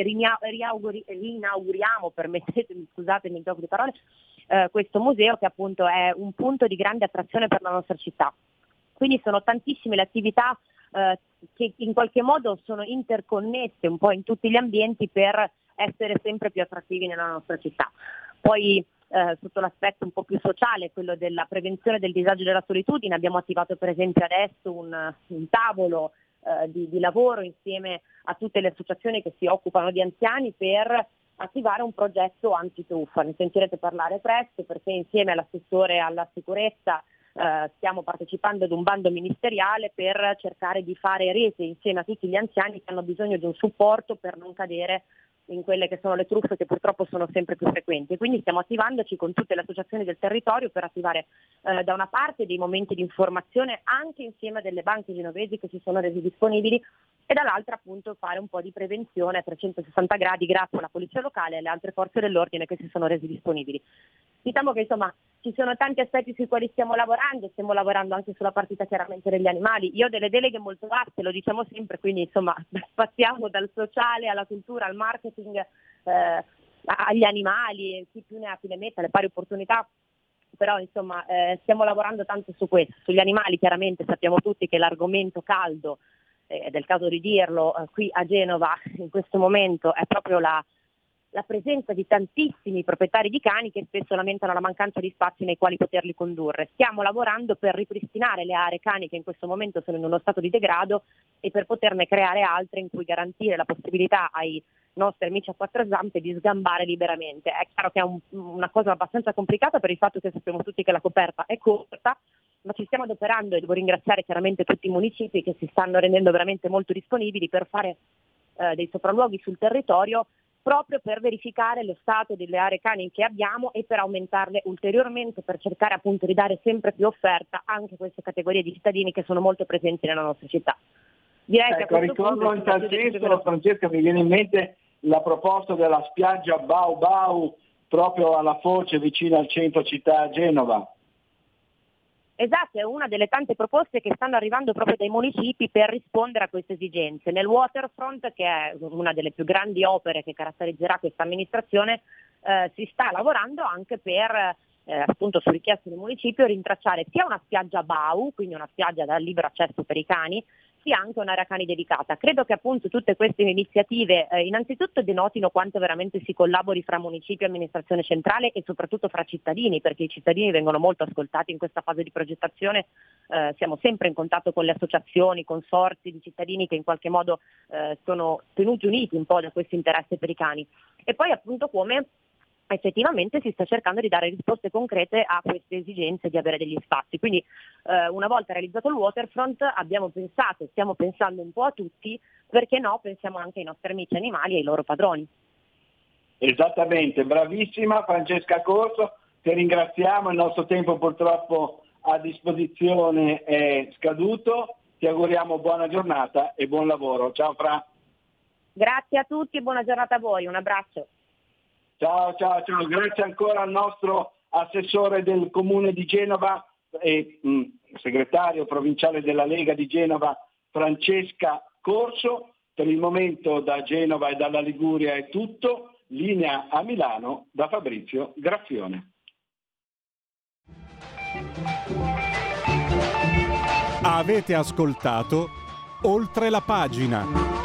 rinauguriamo, permettetemi, scusatemi il gioco di parole, questo museo che appunto è un punto di grande attrazione per la nostra città. Quindi sono tantissime le attività che in qualche modo sono interconnesse un po' in tutti gli ambienti per essere sempre più attrattivi nella nostra città. Poi sotto l'aspetto un po' più sociale, quello della prevenzione del disagio e della solitudine, abbiamo attivato per esempio adesso un tavolo di lavoro insieme a tutte le associazioni che si occupano di anziani per attivare un progetto antitruffa. Ne sentirete parlare presto, perché insieme all'assessore alla sicurezza stiamo partecipando ad un bando ministeriale per cercare di fare rete insieme a tutti gli anziani che hanno bisogno di un supporto per non cadere in quelle che sono le truffe che purtroppo sono sempre più frequenti. Quindi stiamo attivandoci con tutte le associazioni del territorio per attivare da una parte dei momenti di informazione anche insieme a delle banche genovesi che si sono resi disponibili, e dall'altra appunto fare un po' di prevenzione a 360 gradi grazie alla polizia locale e alle altre forze dell'ordine che si sono resi disponibili. Diciamo che insomma ci sono tanti aspetti sui quali stiamo lavorando anche sulla partita chiaramente degli animali. Io ho delle deleghe molto vaste, lo diciamo sempre, quindi insomma spaziamo dal sociale alla cultura, al marketing, agli animali, chi più ne ha più ne metta, le pari opportunità. Però insomma stiamo lavorando tanto su questo. Sugli animali chiaramente sappiamo tutti che l'argomento caldo, ed è il caso di dirlo, qui a Genova in questo momento è proprio la presenza di tantissimi proprietari di cani che spesso lamentano la mancanza di spazi nei quali poterli condurre. Stiamo lavorando per ripristinare le aree cani che in questo momento sono in uno stato di degrado e per poterne creare altre in cui garantire la possibilità ai nostri amici a quattro zampe di sgambare liberamente. È chiaro che è una cosa abbastanza complicata per il fatto che sappiamo tutti che la coperta è corta, ma ci stiamo adoperando e devo ringraziare chiaramente tutti i municipi che si stanno rendendo veramente molto disponibili per fare dei sopralluoghi sul territorio, proprio per verificare lo stato delle aree cani che abbiamo e per aumentarle ulteriormente, per cercare appunto di dare sempre più offerta anche a queste categorie di cittadini che sono molto presenti nella nostra città. Direi che a questo
ricordo
punto
in tal senso, Francesca, mi viene in mente la proposta della spiaggia Bau Bau proprio alla Foce vicino al centro città a Genova.
Esatto, è una delle tante proposte che stanno arrivando proprio dai municipi per rispondere a queste esigenze. Nel waterfront, che è una delle più grandi opere che caratterizzerà questa amministrazione, si sta lavorando anche per, appunto su richiesta del municipio, rintracciare sia una spiaggia BAU, quindi una spiaggia da libero accesso per i cani, sia anche un'area cani dedicata. Credo che appunto tutte queste iniziative innanzitutto denotino quanto veramente si collabori fra municipio e amministrazione centrale e soprattutto fra cittadini, perché i cittadini vengono molto ascoltati in questa fase di progettazione. Siamo sempre in contatto con le associazioni, consorzi di cittadini che in qualche modo sono tenuti uniti un po' da questo interesse per i cani. E poi appunto come effettivamente si sta cercando di dare risposte concrete a queste esigenze di avere degli spazi. Quindi una volta realizzato il waterfront abbiamo pensato, stiamo pensando un po' a tutti, perché no, pensiamo anche ai nostri amici animali e ai loro padroni.
Esattamente, bravissima Francesca Corso, ti ringraziamo, il nostro tempo purtroppo a disposizione è scaduto, ti auguriamo buona giornata e buon lavoro. Ciao Fra.
Grazie a tutti e buona giornata a voi, un abbraccio.
Ciao, grazie ancora al nostro assessore del Comune di Genova e segretario provinciale della Lega di Genova, Francesca Corso. Per il momento da Genova e dalla Liguria è tutto, linea a Milano da Fabrizio Graffione.
Avete ascoltato Oltre la pagina.